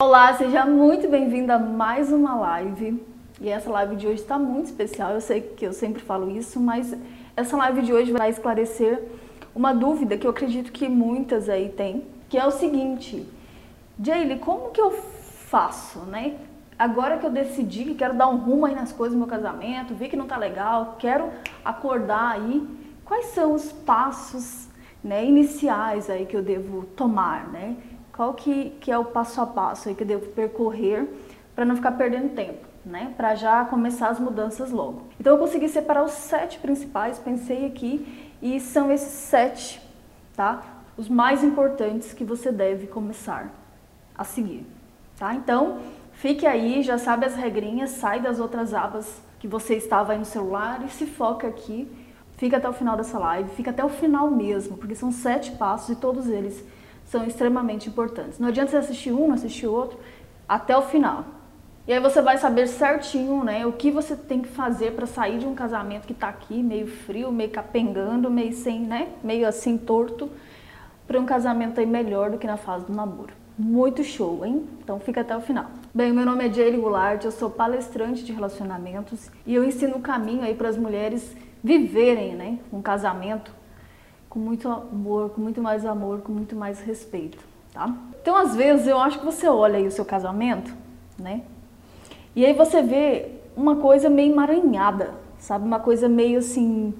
Olá, seja muito bem-vinda a mais uma live. E essa live de hoje está muito especial, eu sei que eu sempre falo isso, mas essa live de hoje vai esclarecer uma dúvida que eu acredito que muitas aí têm, que é o seguinte: Jaylee, como que eu faço, né? Agora que eu decidi que quero dar um rumo aí nas coisas do meu casamento, vi que não tá legal, quero acordar aí, quais são os passos, né, iniciais aí que eu devo tomar, né? Qual que é o passo a passo aí que eu devo percorrer para não ficar perdendo tempo, né? Para já começar as mudanças logo. Então eu consegui separar os 7 principais, pensei aqui, e são esses 7, tá? Os mais importantes que você deve começar a seguir, tá? Então, fique aí, já sabe as regrinhas, sai das outras abas que você estava aí no celular e se foca aqui. Fica até o final dessa live, fica até o final mesmo, porque são 7 passos e todos eles são extremamente importantes. Não adianta você assistir um, não assistir outro, até o final. E aí você vai saber certinho, né, o que você tem que fazer para sair de um casamento que tá aqui, meio frio, meio capengando, meio sem, né, meio assim torto, para um casamento aí melhor do que na fase do namoro. Muito show, hein? Então fica até o final. Bem, meu nome é Jaylee Goulart, eu sou palestrante de relacionamentos e eu ensino o caminho aí para as mulheres viverem, né, um casamento com muito amor, com muito mais respeito, tá? Então, às vezes, eu acho que você olha aí o seu casamento, né? E aí você vê uma coisa meio emaranhada, sabe? Uma coisa meio assim,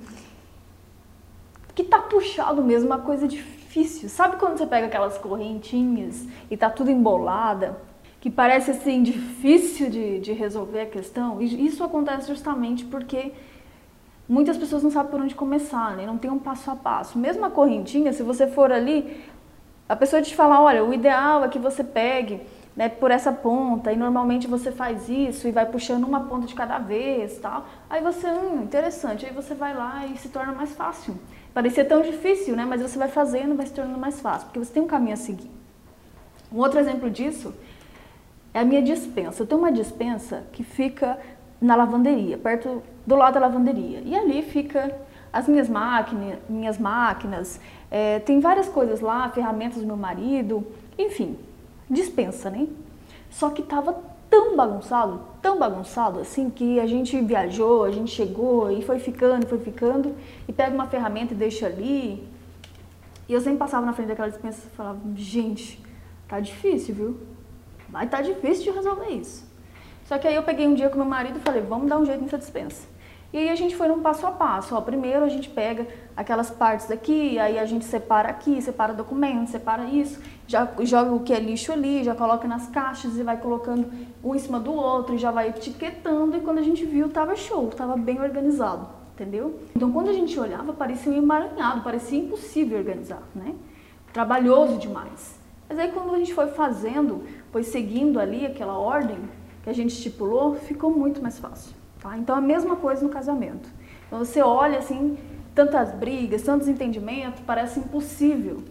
que tá puxado mesmo, uma coisa difícil. Sabe quando você pega aquelas correntinhas e tá tudo embolada? Que parece assim, difícil de resolver a questão? E isso acontece justamente porque muitas pessoas não sabem por onde começar, né? Não tem um passo a passo. Mesmo a correntinha, se você for ali, a pessoa te fala, olha, o ideal é que você pegue, né, por essa ponta, e normalmente você faz isso e vai puxando uma ponta de cada vez, tal. Aí você, interessante, aí você vai lá e se torna mais fácil. Parecia tão difícil, né? Mas você vai fazendo, vai se tornando mais fácil, porque você tem um caminho a seguir. Um outro exemplo disso é a minha despensa. Eu tenho uma despensa que fica na lavanderia, perto do lado da lavanderia. E ali fica as minhas máquinas, tem várias coisas lá, ferramentas do meu marido, enfim, despensa, né? Só que tava tão bagunçado assim, que a gente viajou, a gente chegou e foi ficando, e pega uma ferramenta e deixa ali. E eu sempre passava na frente daquela despensa e falava, gente, tá difícil, viu? Vai tá difícil de resolver isso. Só que aí eu peguei um dia com meu marido e falei, vamos dar um jeito nessa despensa. E aí a gente foi num passo a passo. Ó, primeiro a gente pega aquelas partes daqui, aí a gente separa aqui, separa documentos, separa isso, já joga o que é lixo ali, já coloca nas caixas e vai colocando um em cima do outro, e já vai etiquetando, e quando a gente viu, tava show, tava bem organizado, entendeu? Então quando a gente olhava, parecia um emaranhado, parecia impossível organizar, né? Trabalhoso demais. Mas aí quando a gente foi fazendo, foi seguindo ali aquela ordem que a gente estipulou, ficou muito mais fácil, tá? Então a mesma coisa no casamento. Então você olha assim, tantas brigas, tantos entendimentos, parece impossível.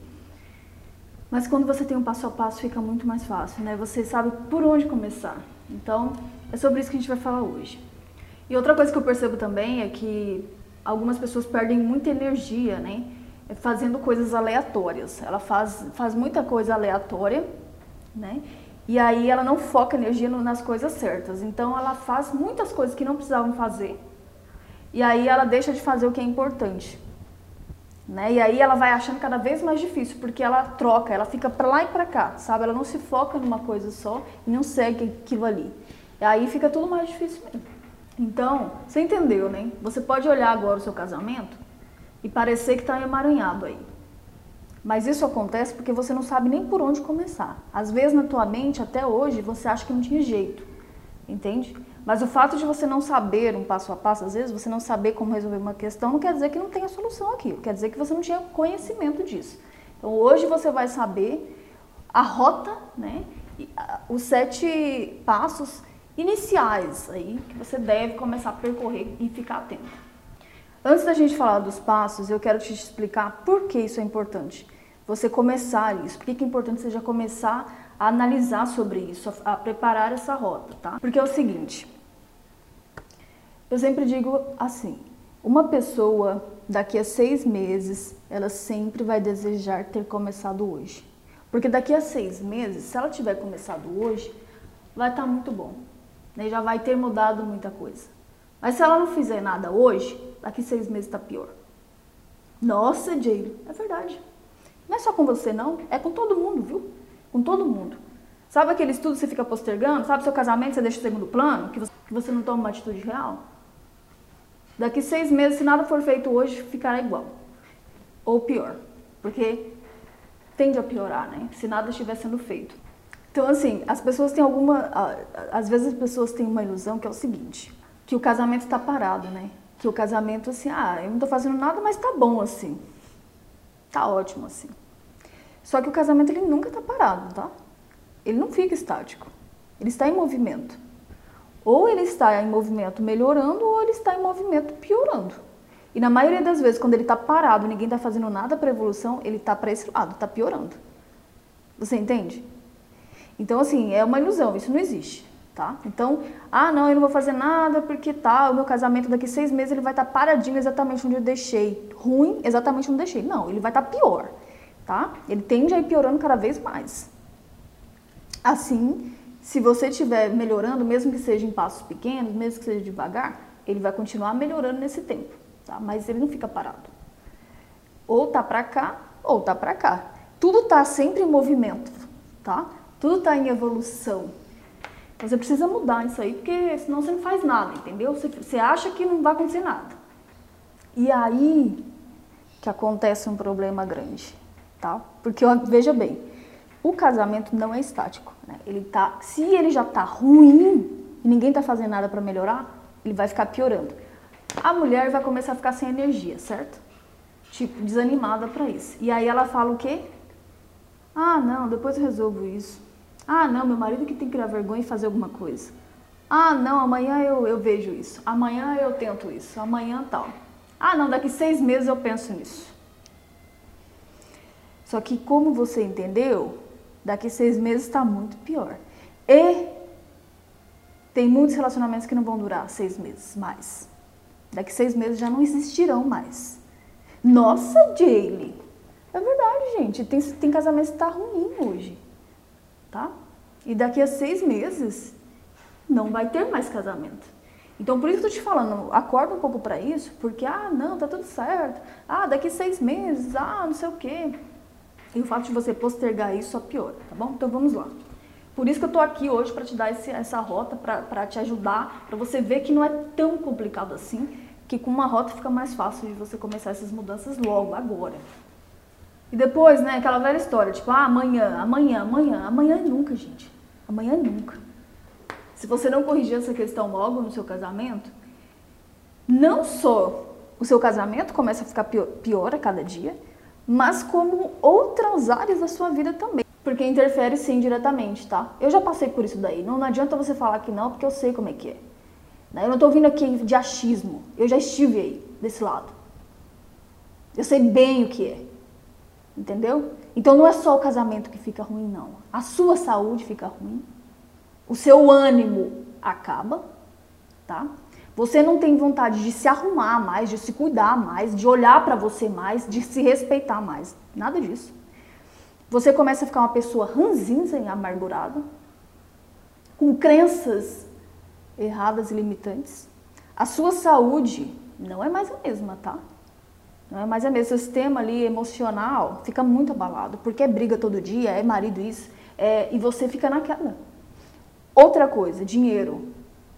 Mas quando você tem um passo a passo, fica muito mais fácil, né? Você sabe por onde começar. Então é sobre isso que a gente vai falar hoje. E outra coisa que eu percebo também é que algumas pessoas perdem muita energia, né, fazendo coisas aleatórias. Ela faz muita coisa aleatória, né? E aí ela não foca energia nas coisas certas. Então ela faz muitas coisas que não precisavam fazer. E aí ela deixa de fazer o que é importante, né? E aí ela vai achando cada vez mais difícil, porque ela troca, ela fica pra lá e pra cá, sabe? Ela não se foca numa coisa só e não segue aquilo ali. E aí fica tudo mais difícil mesmo. Então, você entendeu, né? Você pode olhar agora o seu casamento e parecer que tá emaranhado aí. Mas isso acontece porque você não sabe nem por onde começar. Às vezes na tua mente, até hoje, você acha que não tinha jeito, entende? Mas o fato de você não saber um passo a passo, às vezes você não saber como resolver uma questão, não quer dizer que não tenha solução aquilo, quer dizer que você não tinha conhecimento disso. Então hoje você vai saber a rota, né? Os 7 passos iniciais aí que você deve começar a percorrer e ficar atento. Antes da gente falar dos passos, eu quero te explicar por que isso é importante. Você começar isso, por que é importante você já começar a analisar sobre isso, a preparar essa rota, tá? Porque é o seguinte, eu sempre digo assim, uma pessoa daqui a 6 meses, ela sempre vai desejar ter começado hoje. Porque daqui a 6 meses, se ela tiver começado hoje, vai estar muito bom. Né? Já vai ter mudado muita coisa. Mas se ela não fizer nada hoje, daqui 6 meses está pior. Nossa, Jaylee, é verdade. Não é só com você, não. É com todo mundo, viu? Com todo mundo. Sabe aquele estudo que você fica postergando? Sabe seu casamento que você deixa em segundo plano? Que você não toma uma atitude real? Daqui 6 meses, se nada for feito hoje, ficará igual. Ou pior. Porque tende a piorar, né? Se nada estiver sendo feito. Então, assim, as pessoas têm às vezes as pessoas têm uma ilusão que é o seguinte, que o casamento está parado, né? Que o casamento, assim, eu não tô fazendo nada, mas tá bom, assim. Tá ótimo, assim. Só que o casamento, ele nunca tá parado, tá? Ele não fica estático. Ele está em movimento. Ou ele está em movimento melhorando, ou ele está em movimento piorando. E na maioria das vezes, quando ele está parado, ninguém está fazendo nada para evolução, ele está para esse lado, está piorando. Você entende? Então, assim, é uma ilusão, isso não existe, tá? Então, não, eu não vou fazer nada porque o meu casamento daqui 6 meses ele vai estar paradinho exatamente onde eu deixei. Ruim, exatamente onde eu deixei. Não, ele vai estar pior, tá? Ele tende a ir piorando cada vez mais. Assim, se você estiver melhorando, mesmo que seja em passos pequenos, mesmo que seja devagar, ele vai continuar melhorando nesse tempo, tá? Mas ele não fica parado. Ou tá pra cá, ou tá pra cá. Tudo tá sempre em movimento, tá? Tudo tá em evolução. Você precisa mudar isso aí, porque senão você não faz nada, entendeu? Você acha que não vai acontecer nada. E aí que acontece um problema grande, tá? Porque, veja bem, o casamento não é estático, né? Se ele já tá ruim e ninguém tá fazendo nada para melhorar, ele vai ficar piorando. A mulher vai começar a ficar sem energia, certo? Tipo, desanimada para isso. E aí ela fala o quê? Não, depois eu resolvo isso. Não, meu marido que tem que criar vergonha e fazer alguma coisa. Não, amanhã eu vejo isso. Amanhã eu tento isso. Amanhã tal. Não, daqui 6 meses eu penso nisso. Só que como você entendeu, daqui 6 meses está muito pior. E tem muitos relacionamentos que não vão durar 6 meses mais. Daqui 6 meses já não existirão mais. Nossa, Jaylee! É verdade, gente. Tem casamento que está ruim hoje. Tá? E daqui a 6 meses não vai ter mais casamento. Então, por isso que eu tô te falando, acorda um pouco para isso, porque, não, tá tudo certo. Daqui 6 meses, não sei o quê. E o fato de você postergar isso só piora, tá bom? Então, vamos lá. Por isso que eu tô aqui hoje para te dar essa rota, para te ajudar, para você ver que não é tão complicado assim, que com uma rota fica mais fácil de você começar essas mudanças logo, agora. E depois, né, aquela velha história, tipo, amanhã nunca, gente. Amanhã nunca. Se você não corrigir essa questão logo no seu casamento, não só o seu casamento começa a ficar pior a cada dia, mas como outras áreas da sua vida também. Porque interfere sim diretamente, tá? Eu já passei por isso daí. Não adianta você falar que não, porque eu sei como é que é. Eu não tô vindo aqui de achismo. Eu já estive aí, desse lado. Eu sei bem o que é. Entendeu? Então não é só o casamento que fica ruim, não. A sua saúde fica ruim. O seu ânimo acaba, tá? Você não tem vontade de se arrumar mais, de se cuidar mais, de olhar pra você mais, de se respeitar mais. Nada disso. Você começa a ficar uma pessoa ranzinza e amargurada, com crenças erradas e limitantes. A sua saúde não é mais a mesma, tá? Não é mais a mesma. O sistema ali emocional fica muito abalado, porque é briga todo dia, é marido isso, e você fica naquela. Outra coisa, dinheiro.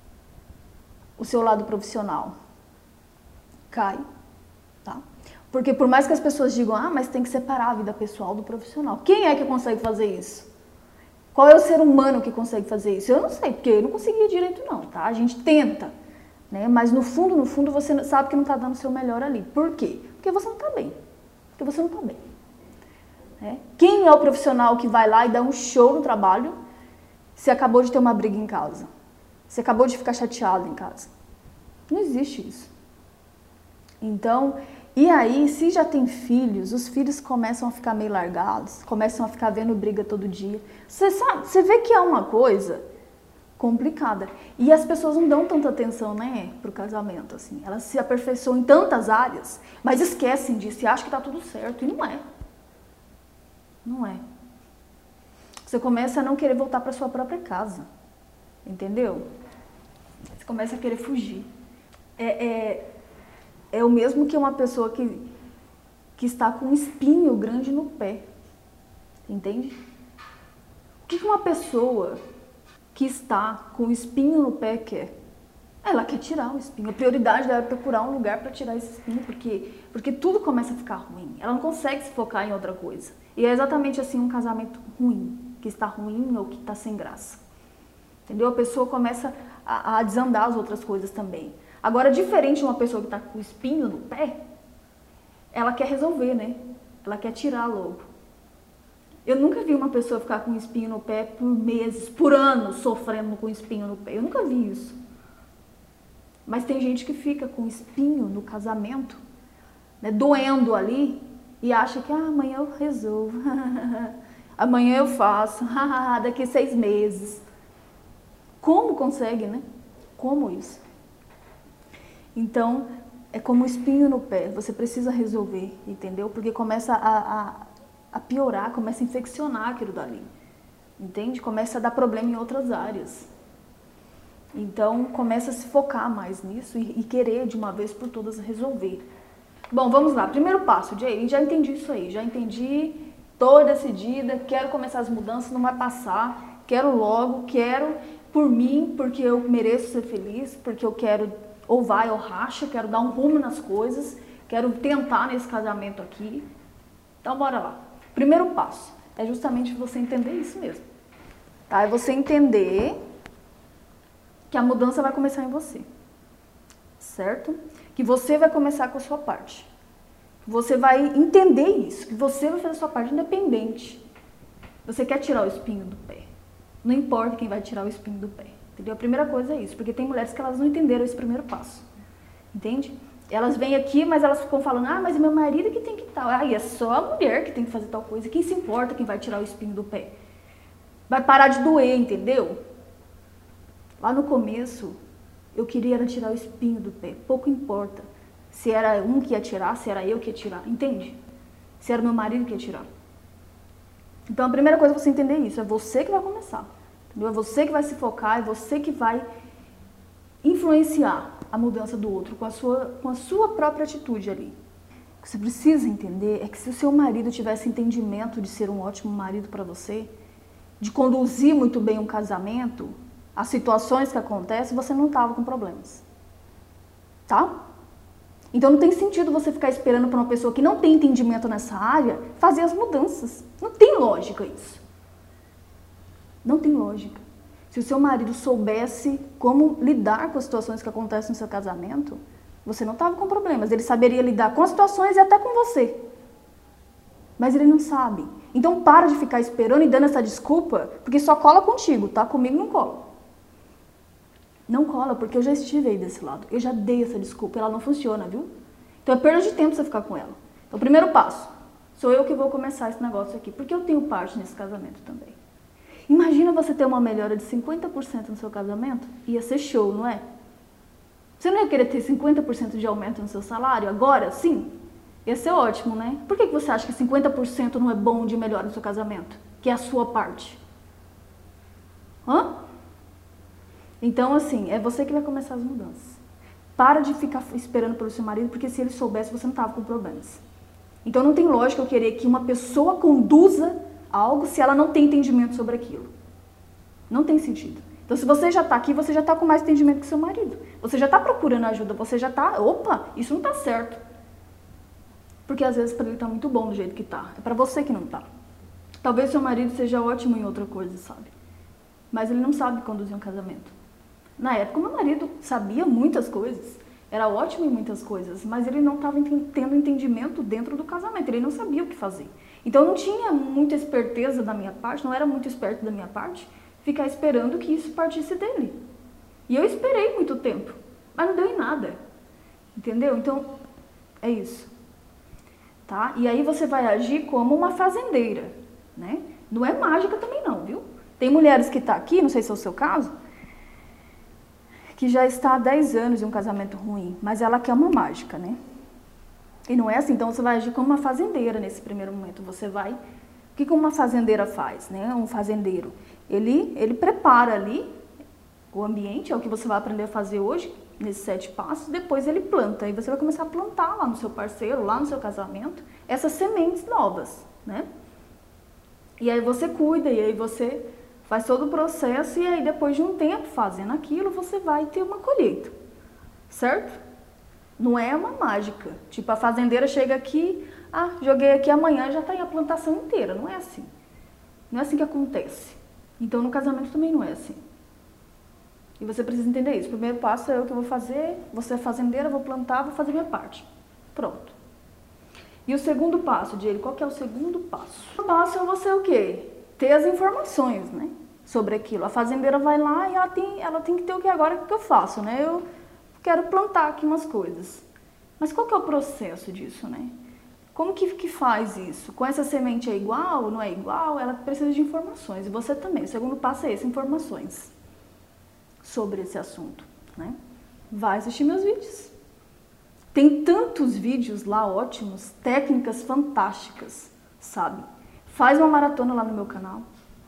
O seu lado profissional cai, tá? Porque por mais que as pessoas digam, mas tem que separar a vida pessoal do profissional. Quem é que consegue fazer isso? Qual é o ser humano que consegue fazer isso? Eu não sei, porque eu não conseguia direito não, tá? A gente tenta, né? Mas no fundo, você sabe que não tá dando o seu melhor ali. Por quê? Porque você não tá bem. Porque você não tá bem. Né? Quem é o profissional que vai lá e dá um show no trabalho se acabou de ter uma briga em casa? Você acabou de ficar chateado em casa? Não existe isso. Então, e aí, se já tem filhos, os filhos começam a ficar meio largados, começam a ficar vendo briga todo dia. Você vê que é uma coisa complicada. E as pessoas não dão tanta atenção, né, pro casamento, assim. Elas se aperfeiçoam em tantas áreas, mas esquecem disso e acham que tá tudo certo. E não é. Não é. Você começa a não querer voltar para sua própria casa, entendeu? Você começa a querer fugir. É o mesmo que uma pessoa que está com um espinho grande no pé, entende? O que uma pessoa que está com o espinho no pé quer? Ela quer tirar o espinho. A prioridade dela é procurar um lugar para tirar esse espinho, porque tudo começa a ficar ruim. Ela não consegue se focar em outra coisa. E é exatamente assim um casamento ruim, que está ruim ou que está sem graça. Entendeu? A pessoa começa a desandar as outras coisas também. Agora, diferente de uma pessoa que está com o espinho no pé, ela quer resolver, né? Ela quer tirar logo. Eu nunca vi uma pessoa ficar com um espinho no pé por meses, por anos, sofrendo com espinho no pé. Eu nunca vi isso. Mas tem gente que fica com espinho no casamento, né, doendo ali, e acha que amanhã eu resolvo, amanhã eu faço, daqui 6 meses. Como consegue, né? Como isso? Então, é como um espinho no pé, você precisa resolver, entendeu? Porque começa a piorar, começa a infeccionar aquilo dali, entende? Começa a dar problema em outras áreas. Então, começa a se focar mais nisso e querer de uma vez por todas resolver. Bom, vamos lá. Primeiro passo, Jay, já entendi isso aí, já entendi, tô decidida, quero começar as mudanças, não vai passar, quero logo, quero por mim, porque eu mereço ser feliz, porque eu quero ou vai ou racha, quero dar um rumo nas coisas, quero tentar nesse casamento aqui. Então, bora lá. Primeiro passo é justamente você entender isso mesmo, tá? É você entender que a mudança vai começar em você, certo? Que você vai começar com a sua parte. Você vai entender isso, que você vai fazer a sua parte independente. Você quer tirar o espinho do pé. Não importa quem vai tirar o espinho do pé, entendeu? A primeira coisa é isso, porque tem mulheres que elas não entenderam esse primeiro passo, entende? Elas vêm aqui, mas elas ficam falando, mas meu marido que tem que tal. É só a mulher que tem que fazer tal coisa. Quem se importa quem vai tirar o espinho do pé? Vai parar de doer, entendeu? Lá no começo, eu queria era tirar o espinho do pé. Pouco importa se era um que ia tirar, se era eu que ia tirar, entende? Se era meu marido que ia tirar. Então, a primeira coisa é você entender isso. É você que vai começar, entendeu? É você que vai se focar, é você que vai influenciar a mudança do outro com a sua própria atitude ali. O que você precisa entender é que se o seu marido tivesse entendimento de ser um ótimo marido para você, de conduzir muito bem um casamento, as situações que acontecem, você não estava com problemas, tá? Então não tem sentido você ficar esperando para uma pessoa que não tem entendimento nessa área fazer as mudanças. Não tem lógica isso. Não tem lógica. Se o seu marido soubesse como lidar com as situações que acontecem no seu casamento, você não estava com problemas. Ele saberia lidar com as situações e até com você. Mas ele não sabe. Então para de ficar esperando e dando essa desculpa, porque só cola contigo, tá? Comigo não cola. Não cola, porque eu já estive aí desse lado. Eu já dei essa desculpa, ela não funciona, viu? Então é perda de tempo você ficar com ela. Então, o primeiro passo, sou eu que vou começar esse negócio aqui, porque eu tenho parte nesse casamento também. Imagina você ter uma melhora de 50% no seu casamento? Ia ser show, não é? Você não ia querer ter 50% de aumento no seu salário agora? Sim? Ia ser ótimo, né? Por que você acha que 50% não é bom de melhora no seu casamento? Que é a sua parte. Hã? Então, assim, é você que vai começar as mudanças. Para de ficar esperando pelo seu marido, porque se ele soubesse, você não estava com problemas. Então, não tem lógica eu querer que uma pessoa conduza algo se ela não tem entendimento sobre aquilo. Não tem sentido. Então, se você já está aqui, você já está com mais entendimento que seu marido. Você já está procurando ajuda, você já está... Opa, isso não está certo. Porque, às vezes, para ele está muito bom do jeito que está. É para você que não está. Talvez seu marido seja ótimo em outra coisa, sabe? Mas ele não sabe conduzir um casamento. Na época, meu marido sabia muitas coisas, era ótimo em muitas coisas, mas ele não estava tendo entendimento dentro do casamento, ele não sabia o que fazer. Então, não tinha muita esperteza da minha parte, não era muito esperto da minha parte, ficar esperando que isso partisse dele. E eu esperei muito tempo, mas não deu em nada, entendeu? Então, é isso, tá? E aí você vai agir como uma fazendeira, né? Não é mágica também não, viu? Tem mulheres que estão aqui, não sei se é o seu caso, que já está há 10 anos em um casamento ruim, mas ela quer uma mágica, né? E não é assim, então você vai agir como uma fazendeira nesse primeiro momento, você vai... O que uma fazendeira faz, né? Um fazendeiro, ele prepara ali o ambiente, é o que você vai aprender a fazer hoje, nesses 7 passos, depois ele planta. Aí você vai começar a plantar lá no seu parceiro, lá no seu casamento, essas sementes novas, né? E aí você cuida, e aí você faz todo o processo, e aí depois de um tempo fazendo aquilo, você vai ter uma colheita, certo? Não é uma mágica. Tipo, a fazendeira chega aqui, joguei aqui, amanhã já está aí a plantação inteira. Não é assim. Não é assim que acontece. Então, no casamento também não é assim. E você precisa entender isso. O primeiro passo é eu que vou fazer, você é fazendeira, vou plantar, vou fazer minha parte. Pronto. E o segundo passo, Diego, qual que é o segundo passo? O passo é você o quê? Ter as informações, né? Sobre aquilo. A fazendeira vai lá e ela tem que ter o que agora, o que eu faço, né? Eu quero plantar aqui umas coisas. Mas qual que é o processo disso, né? Como que faz isso? Com essa semente é igual, não é igual? Ela precisa de informações. E você também. O segundo passo é esse, informações sobre esse assunto, né? Vai assistir meus vídeos. Tem tantos vídeos lá ótimos, técnicas fantásticas, sabe? Faz uma maratona lá no meu canal.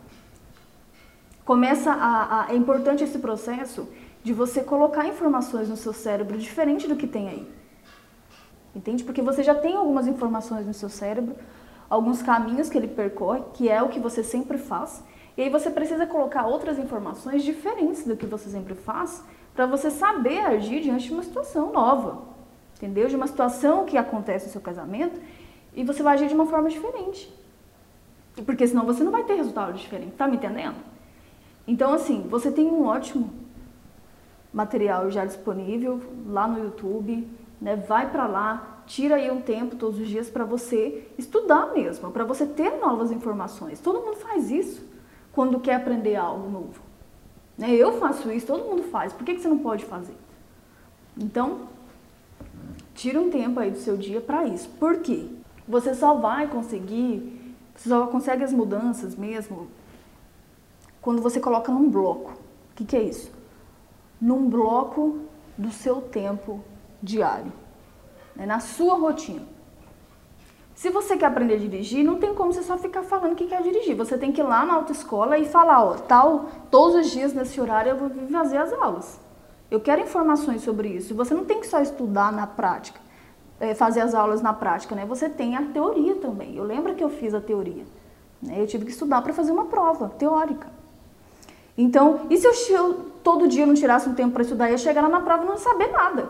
É importante esse processo de você colocar informações no seu cérebro diferente do que tem aí. Entende? Porque você já tem algumas informações no seu cérebro, alguns caminhos que ele percorre, que é o que você sempre faz, e aí você precisa colocar outras informações diferentes do que você sempre faz, para você saber agir diante de uma situação nova, entendeu? De uma situação que acontece no seu casamento, e você vai agir de uma forma diferente. Porque senão você não vai ter resultado diferente, tá me entendendo? Então, assim, você tem um ótimo material já disponível lá no YouTube, né? Vai pra lá, tira aí um tempo todos os dias para você estudar mesmo, para você ter novas informações. Todo mundo faz isso quando quer aprender algo novo, né? Eu faço isso, todo mundo faz. Por que você não pode fazer? Então, tira um tempo aí do seu dia para isso. Por quê? Você só consegue as mudanças mesmo quando você coloca num bloco. O que é isso? Num bloco do seu tempo diário, né? Na sua rotina. Se você quer aprender a dirigir, não tem como você só ficar falando que quer dirigir. Você tem que ir lá na autoescola e falar, ó, todos os dias nesse horário eu vou fazer as aulas. Eu quero informações sobre isso. Você não tem que só estudar na prática, fazer as aulas na prática, né? Você tem a teoria também. Eu lembro que eu fiz a teoria, né? Eu tive que estudar para fazer uma prova teórica. Então, e se eu todo dia não tirasse um tempo para estudar, eu ia chegar lá na prova e não saber nada.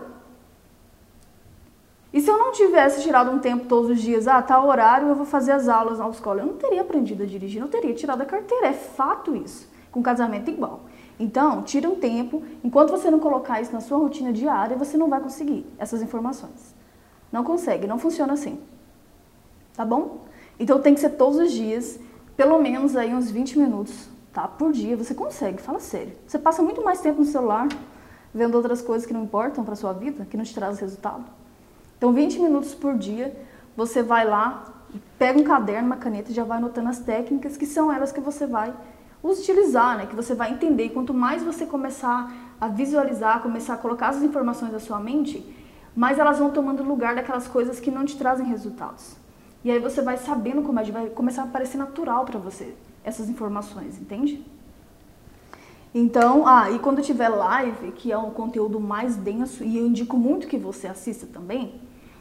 E se eu não tivesse tirado um tempo todos os dias, tal horário eu vou fazer as aulas na autoescola, eu não teria aprendido a dirigir, não teria tirado a carteira, é fato isso. Com casamento igual. Então, tira um tempo, enquanto você não colocar isso na sua rotina diária, você não vai conseguir essas informações. Não consegue, não funciona assim. Tá bom? Então tem que ser todos os dias, pelo menos aí uns 20 minutos, tá? Por dia, você consegue, fala sério. Você passa muito mais tempo no celular, vendo outras coisas que não importam para sua vida, que não te trazem resultado. Então 20 minutos por dia, você vai lá, pega um caderno, uma caneta e já vai anotando as técnicas, que são elas que você vai utilizar, né? Que você vai entender. E quanto mais você começar a visualizar, começar a colocar as informações na sua mente, mais elas vão tomando lugar daquelas coisas que não te trazem resultados. E aí você vai sabendo como agir, vai começar a parecer natural para você essas informações, entende? Então, e quando tiver live, que é um conteúdo mais denso, e eu indico muito que você assista também,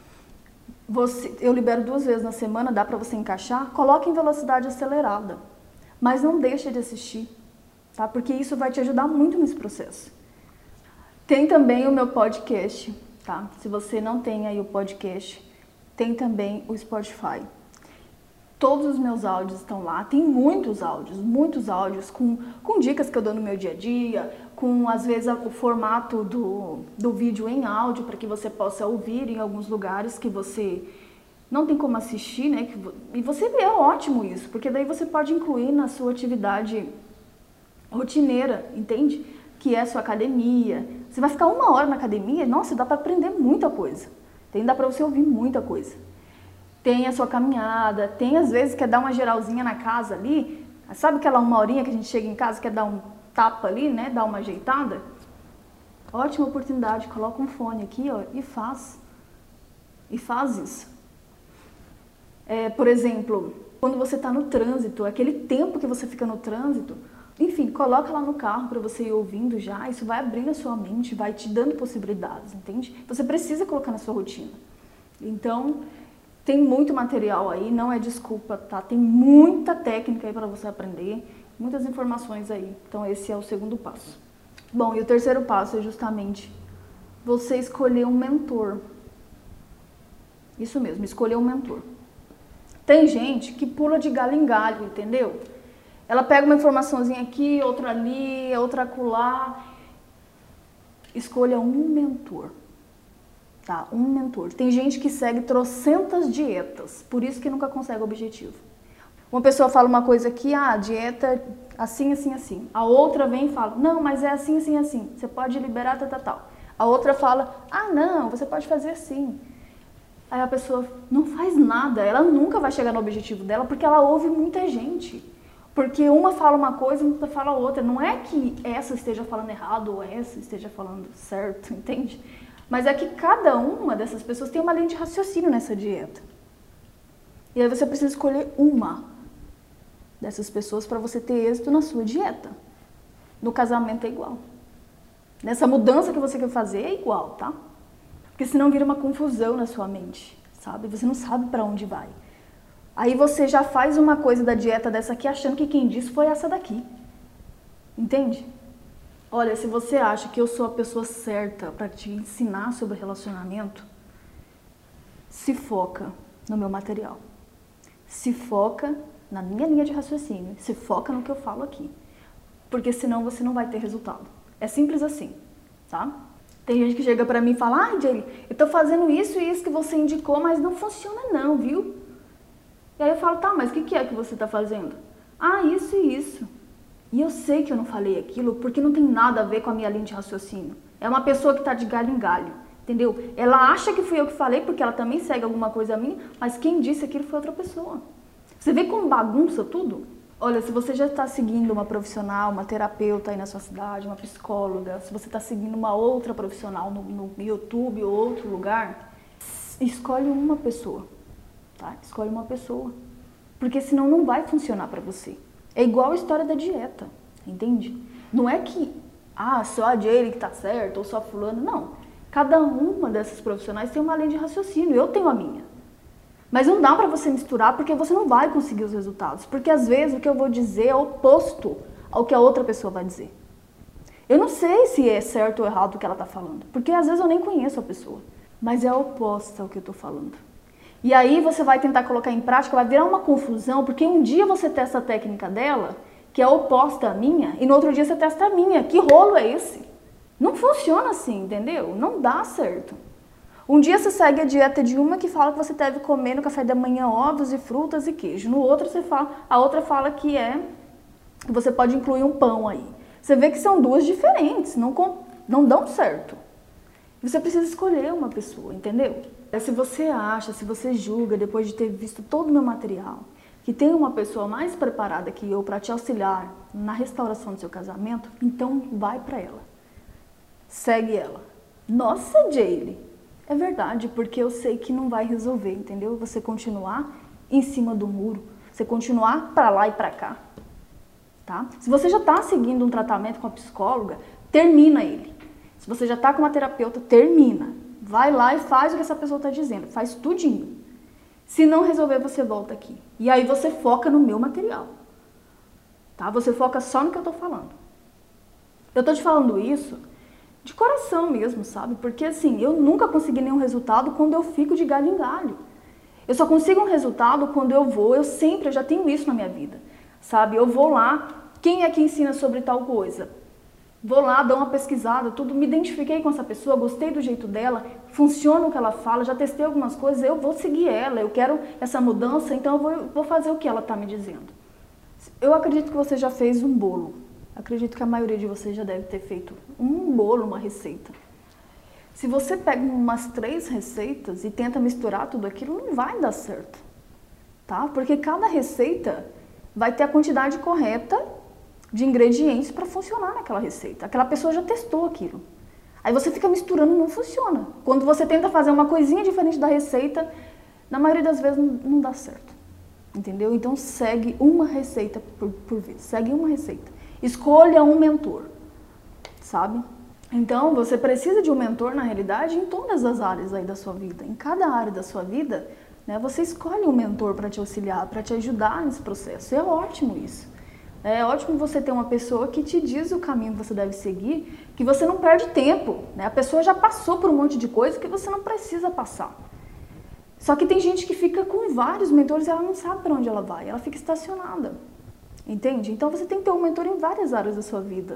eu libero 2 vezes na semana, dá para você encaixar, coloque em velocidade acelerada, mas não deixe de assistir, tá? Porque isso vai te ajudar muito nesse processo. Tem também o meu podcast, tá? Se você não tem aí o podcast, tem também o Spotify. Todos os meus áudios estão lá, tem muitos áudios com dicas que eu dou no meu dia a dia, com às vezes o formato do vídeo em áudio para que você possa ouvir em alguns lugares que você não tem como assistir, né? E você vê, é ótimo isso, porque daí você pode incluir na sua atividade rotineira, entende? Que é a sua academia. Você vai ficar 1 hora na academia, nossa, dá para aprender muita coisa. Dá para você ouvir muita coisa. Tem a sua caminhada, tem às vezes quer dar uma geralzinha na casa ali, sabe aquela 1 horinha que a gente chega em casa, quer dar um tapa ali, né, dar uma ajeitada? Ótima oportunidade, coloca um fone aqui, ó, e faz isso. Por exemplo, Quando você está no trânsito, aquele tempo que você fica no trânsito, enfim, coloca lá no carro para você ir ouvindo já, isso vai abrindo a sua mente, vai te dando possibilidades, entende? Você precisa colocar na sua rotina. Então, tem muito material aí, não é desculpa, tá? Tem muita técnica aí para você aprender, muitas informações aí. Então, esse é o segundo passo. Bom, e o terceiro passo é justamente você escolher um mentor. Isso mesmo, escolher um mentor. Tem gente que pula de galho em galho, entendeu? Ela pega uma informaçãozinha aqui, outra ali, outra acolá. Escolha um mentor, tá? Um mentor. Tem gente que segue trocentas dietas, por isso que nunca consegue o objetivo. Uma pessoa fala uma coisa aqui, dieta assim, assim, assim. A outra vem e fala, não, mas é assim, assim, assim. Você pode liberar, tal. A outra fala, não, você pode fazer assim. Aí a pessoa não faz nada, ela nunca vai chegar no objetivo dela porque ela ouve muita gente. Porque uma fala uma coisa e outra fala outra. Não é que essa esteja falando errado ou essa esteja falando certo, entende? Mas é que cada uma dessas pessoas tem uma linha de raciocínio nessa dieta. E aí você precisa escolher uma dessas pessoas para você ter êxito na sua dieta. No casamento é igual. Nessa mudança que você quer fazer é igual, tá? Porque senão vira uma confusão na sua mente, sabe? Você não sabe para onde vai. Aí você já faz uma coisa da dieta dessa aqui achando que quem disse foi essa daqui. Entende? Olha, se você acha que eu sou a pessoa certa para te ensinar sobre relacionamento, se foca no meu material. Se foca na minha linha de raciocínio. Se foca no que eu falo aqui. Porque senão você não vai ter resultado. É simples assim, tá? Tem gente que chega pra mim e fala, Jaylee, eu tô fazendo isso e isso que você indicou, mas não funciona não, viu? E aí eu falo, tá, mas o que é que você tá fazendo? Isso e isso. E eu sei que eu não falei aquilo porque não tem nada a ver com a minha linha de raciocínio. É uma pessoa que tá de galho em galho, entendeu? Ela acha que fui eu que falei porque ela também segue alguma coisa minha, mas quem disse aquilo foi outra pessoa. Você vê como bagunça tudo? Olha, se você já está seguindo uma profissional, uma terapeuta aí na sua cidade, uma psicóloga, se você está seguindo uma outra profissional no YouTube ou outro lugar, escolhe uma pessoa, tá? Escolhe uma pessoa, porque senão não vai funcionar para você. É igual a história da dieta, entende? Não é que, só a Jaylee que tá certa ou só a fulana, não. Cada uma dessas profissionais tem uma linha de raciocínio, eu tenho a minha. Mas não dá para você misturar porque você não vai conseguir os resultados. Porque às vezes o que eu vou dizer é oposto ao que a outra pessoa vai dizer. Eu não sei se é certo ou errado o que ela está falando. Porque às vezes eu nem conheço a pessoa. Mas é oposta ao que eu estou falando. E aí você vai tentar colocar em prática, vai virar uma confusão. Porque um dia você testa a técnica dela, que é oposta à minha, e no outro dia você testa a minha. Que rolo é esse? Não funciona assim, entendeu? Não dá certo. Um dia você segue a dieta de uma que fala que você deve comer no café da manhã ovos e frutas e queijo. No outro a outra fala que você pode incluir um pão aí. Você vê que são duas diferentes, não dão certo. Você precisa escolher uma pessoa, entendeu? Se você acha, se você julga, depois de ter visto todo o meu material, que tem uma pessoa mais preparada que eu para te auxiliar na restauração do seu casamento, então vai para ela. Segue ela. Nossa, Jaylee! É verdade, porque eu sei que não vai resolver, entendeu? Você continuar em cima do muro, você continuar para lá e para cá, tá? Se você já está seguindo um tratamento com a psicóloga, termina ele. Se você já está com uma terapeuta, termina. Vai lá e faz o que essa pessoa está dizendo, faz tudinho. Se não resolver, você volta aqui. E aí você foca no meu material, tá? Você foca só no que eu estou falando. Eu estou te falando isso de coração mesmo, sabe? Porque assim, eu nunca consegui nenhum resultado quando eu fico de galho em galho. Eu só consigo um resultado quando eu já tenho isso na minha vida, sabe? Eu vou lá, quem é que ensina sobre tal coisa? Vou lá, dou uma pesquisada, tudo, me identifiquei com essa pessoa, gostei do jeito dela, funciona o que ela fala, já testei algumas coisas, eu vou seguir ela, eu quero essa mudança, então eu vou fazer o que ela está me dizendo. Eu acredito que você já fez um bolo. Acredito que a maioria de vocês já deve ter feito um bolo, uma receita. Se você pega umas 3 receitas e tenta misturar tudo aquilo, não vai dar certo, tá? Porque cada receita vai ter a quantidade correta de ingredientes para funcionar naquela receita. Aquela pessoa já testou aquilo. Aí você fica misturando, não funciona. Quando você tenta fazer uma coisinha diferente da receita, na maioria das vezes não dá certo. entendeu? Então segue uma receita por vez, segue uma receita. Escolha um mentor, sabe? Então você precisa de um mentor na realidade em todas as áreas aí da sua vida. Em cada área da sua vida, né, você escolhe um mentor para te auxiliar, para te ajudar nesse processo. É ótimo isso. É ótimo você ter uma pessoa que te diz o caminho que você deve seguir, que você não perde tempo, né? A pessoa já passou por um monte de coisa que você não precisa passar. Só que tem gente que fica com vários mentores e ela não sabe para onde ela vai, ela fica estacionada, entende? Então você tem que ter um mentor em várias áreas da sua vida.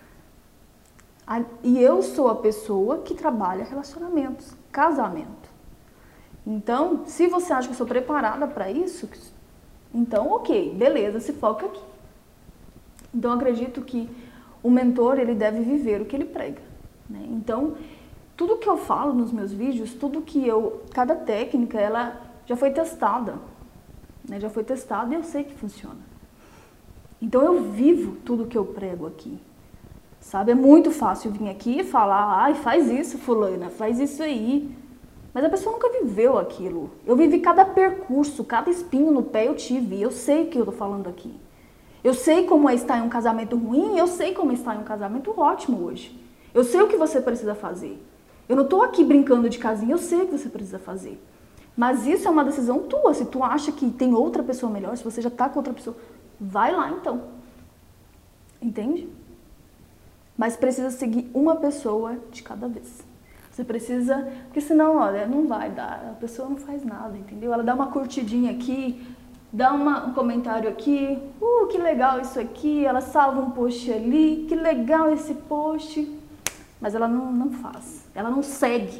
E eu sou a pessoa que trabalha relacionamentos, casamento. Então, se você acha que eu sou preparada para isso, então ok, beleza, se foca aqui. Então, eu acredito que o mentor, ele deve viver o que ele prega, né? Então, tudo que eu falo nos meus vídeos, cada técnica, ela já foi testada, né? Já foi testada e eu sei que funciona. Então, eu vivo tudo que eu prego aqui, sabe? É muito fácil vir aqui e falar, ai, faz isso, fulana, faz isso aí. Mas a pessoa nunca viveu aquilo. Eu vivi cada percurso, cada espinho no pé eu tive, eu sei o que eu tô falando aqui. Eu sei como é estar em um casamento ruim, eu sei como é estar em um casamento ótimo hoje. Eu sei o que você precisa fazer. Eu não estou aqui brincando de casinha, eu sei o que você precisa fazer. Mas isso é uma decisão tua. Se tu acha que tem outra pessoa melhor, se você já está com outra pessoa, vai lá então. Entende? Mas precisa seguir uma pessoa de cada vez. Você precisa, porque senão, olha, não vai dar, a pessoa não faz nada, entendeu? Ela dá uma curtidinha aqui, dá um comentário aqui, que legal isso aqui, ela salva um post ali, que legal esse post, mas ela não faz, ela não segue,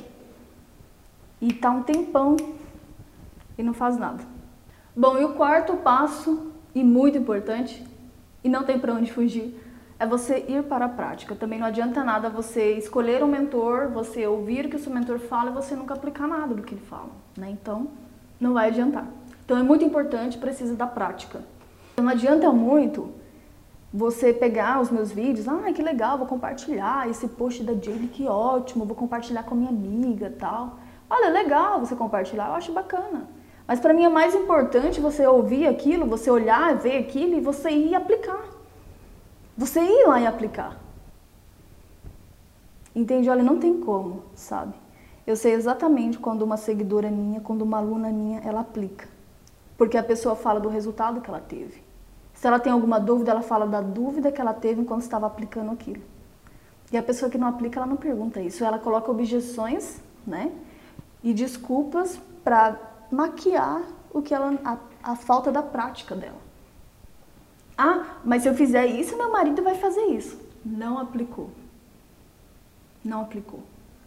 e tá um tempão e não faz nada. Bom, e o quarto passo, e muito importante, e não tem para onde fugir, é você ir para a prática. Também não adianta nada você escolher um mentor, você ouvir o que o seu mentor fala e você nunca aplicar nada do que ele fala, né? Então, não vai adiantar. Então é muito importante, precisa da prática. Então, não adianta muito você pegar os meus vídeos, que legal, vou compartilhar esse post da Jade, que ótimo, vou compartilhar com a minha amiga e tal. Olha, legal você compartilhar, eu acho bacana. Mas para mim é mais importante você ouvir aquilo, você olhar, ver aquilo e você ir aplicar. Você ir lá e aplicar. Entende? Olha, não tem como, sabe? Eu sei exatamente quando uma seguidora minha, quando uma aluna minha, ela aplica. Porque a pessoa fala do resultado que ela teve. Se ela tem alguma dúvida, ela fala da dúvida que ela teve enquanto estava aplicando aquilo. E a pessoa que não aplica, ela não pergunta isso. Ela coloca objeções, né? E desculpas para maquiar o que a falta da prática dela. Mas se eu fizer isso, meu marido vai fazer isso. Não aplicou. Não aplicou.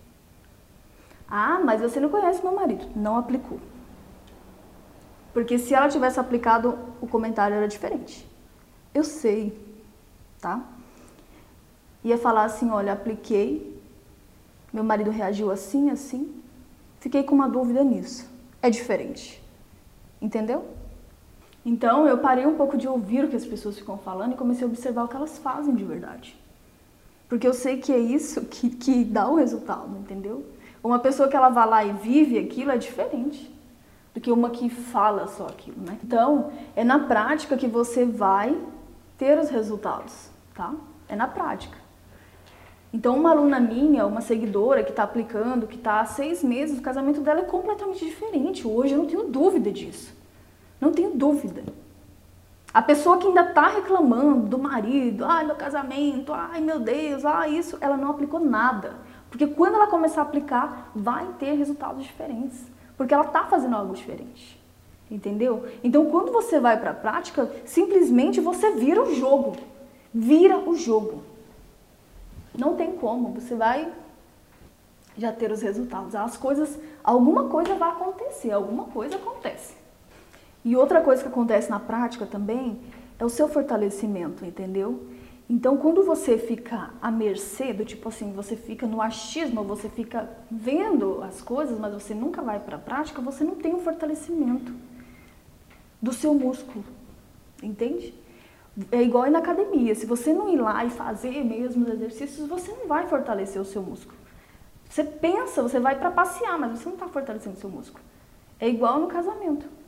Mas você não conhece meu marido. Não aplicou. Porque se ela tivesse aplicado, o comentário era diferente. Eu sei, tá? Ia falar assim, olha, apliquei, meu marido reagiu assim, assim, fiquei com uma dúvida nisso. É diferente. Entendeu? Então, eu parei um pouco de ouvir o que as pessoas ficam falando e comecei a observar o que elas fazem de verdade. Porque eu sei que é isso que dá o resultado, entendeu? Uma pessoa que ela vai lá e vive aquilo é diferente do que uma que fala só aquilo, né? Então, é na prática que você vai ter os resultados, tá? É na prática. Então, uma aluna minha, uma seguidora que está aplicando, que está há 6 meses, o casamento dela é completamente diferente. Hoje eu não tenho dúvida disso. Não tenho dúvida. A pessoa que ainda está reclamando do marido, meu casamento, meu Deus, isso, ela não aplicou nada. Porque quando ela começar a aplicar, vai ter resultados diferentes. Porque ela está fazendo algo diferente. Entendeu? Então, quando você vai para a prática, simplesmente você vira o jogo. Vira o jogo. Não tem como. Você vai já ter os resultados. Alguma coisa vai acontecer, alguma coisa acontece. E outra coisa que acontece na prática também é o seu fortalecimento, entendeu? Então, quando você fica à mercê, do tipo assim, você fica no achismo, você fica vendo as coisas, mas você nunca vai para a prática, você não tem um fortalecimento do seu músculo, entende? É igual ir na academia, se você não ir lá e fazer mesmo os exercícios, você não vai fortalecer o seu músculo. Você pensa, você vai para passear, mas você não está fortalecendo o seu músculo. É igual no casamento.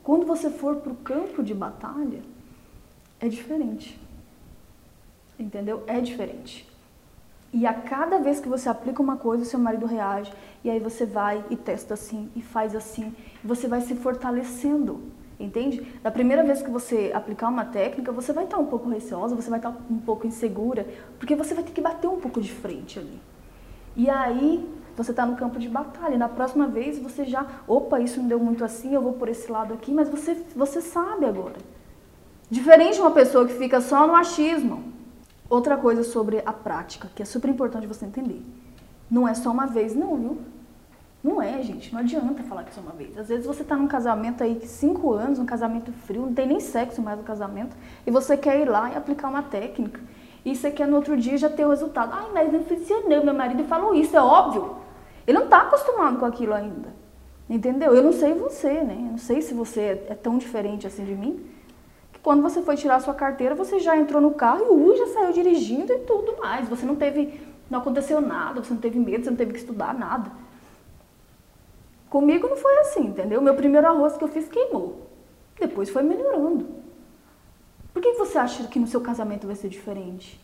Quando você for para o campo de batalha, é diferente. Entendeu? É diferente. E a cada vez que você aplica uma coisa, o seu marido reage. E aí você vai e testa assim, e faz assim. E você vai se fortalecendo. Entende? Da primeira vez que você aplicar uma técnica, você vai estar um pouco receosa, você vai estar um pouco insegura, porque você vai ter que bater um pouco de frente ali. E aí, você está no campo de batalha. Na próxima vez, você já... Opa, isso não deu muito assim, eu vou por esse lado aqui. Mas você sabe agora. Diferente de uma pessoa que fica só no achismo. Outra coisa sobre a prática, que é super importante você entender. Não é só uma vez, não, viu? Não é, gente. Não adianta falar que é só uma vez. Às vezes você tá num casamento aí, 5 anos, um casamento frio, não tem nem sexo mais no casamento, e você quer ir lá e aplicar uma técnica. E você quer no outro dia já ter o resultado. Ai, mas não funcionou, meu marido falou isso, é óbvio. Ele não tá acostumado com aquilo ainda. Entendeu? Eu não sei você, né? Eu não sei se você é tão diferente assim de mim. Quando você foi tirar a sua carteira, você já entrou no carro e já saiu dirigindo e tudo mais. Você não aconteceu nada, você não teve medo, você não teve que estudar nada. Comigo não foi assim, entendeu? Meu primeiro arroz que eu fiz queimou. Depois foi melhorando. Por que você acha que no seu casamento vai ser diferente?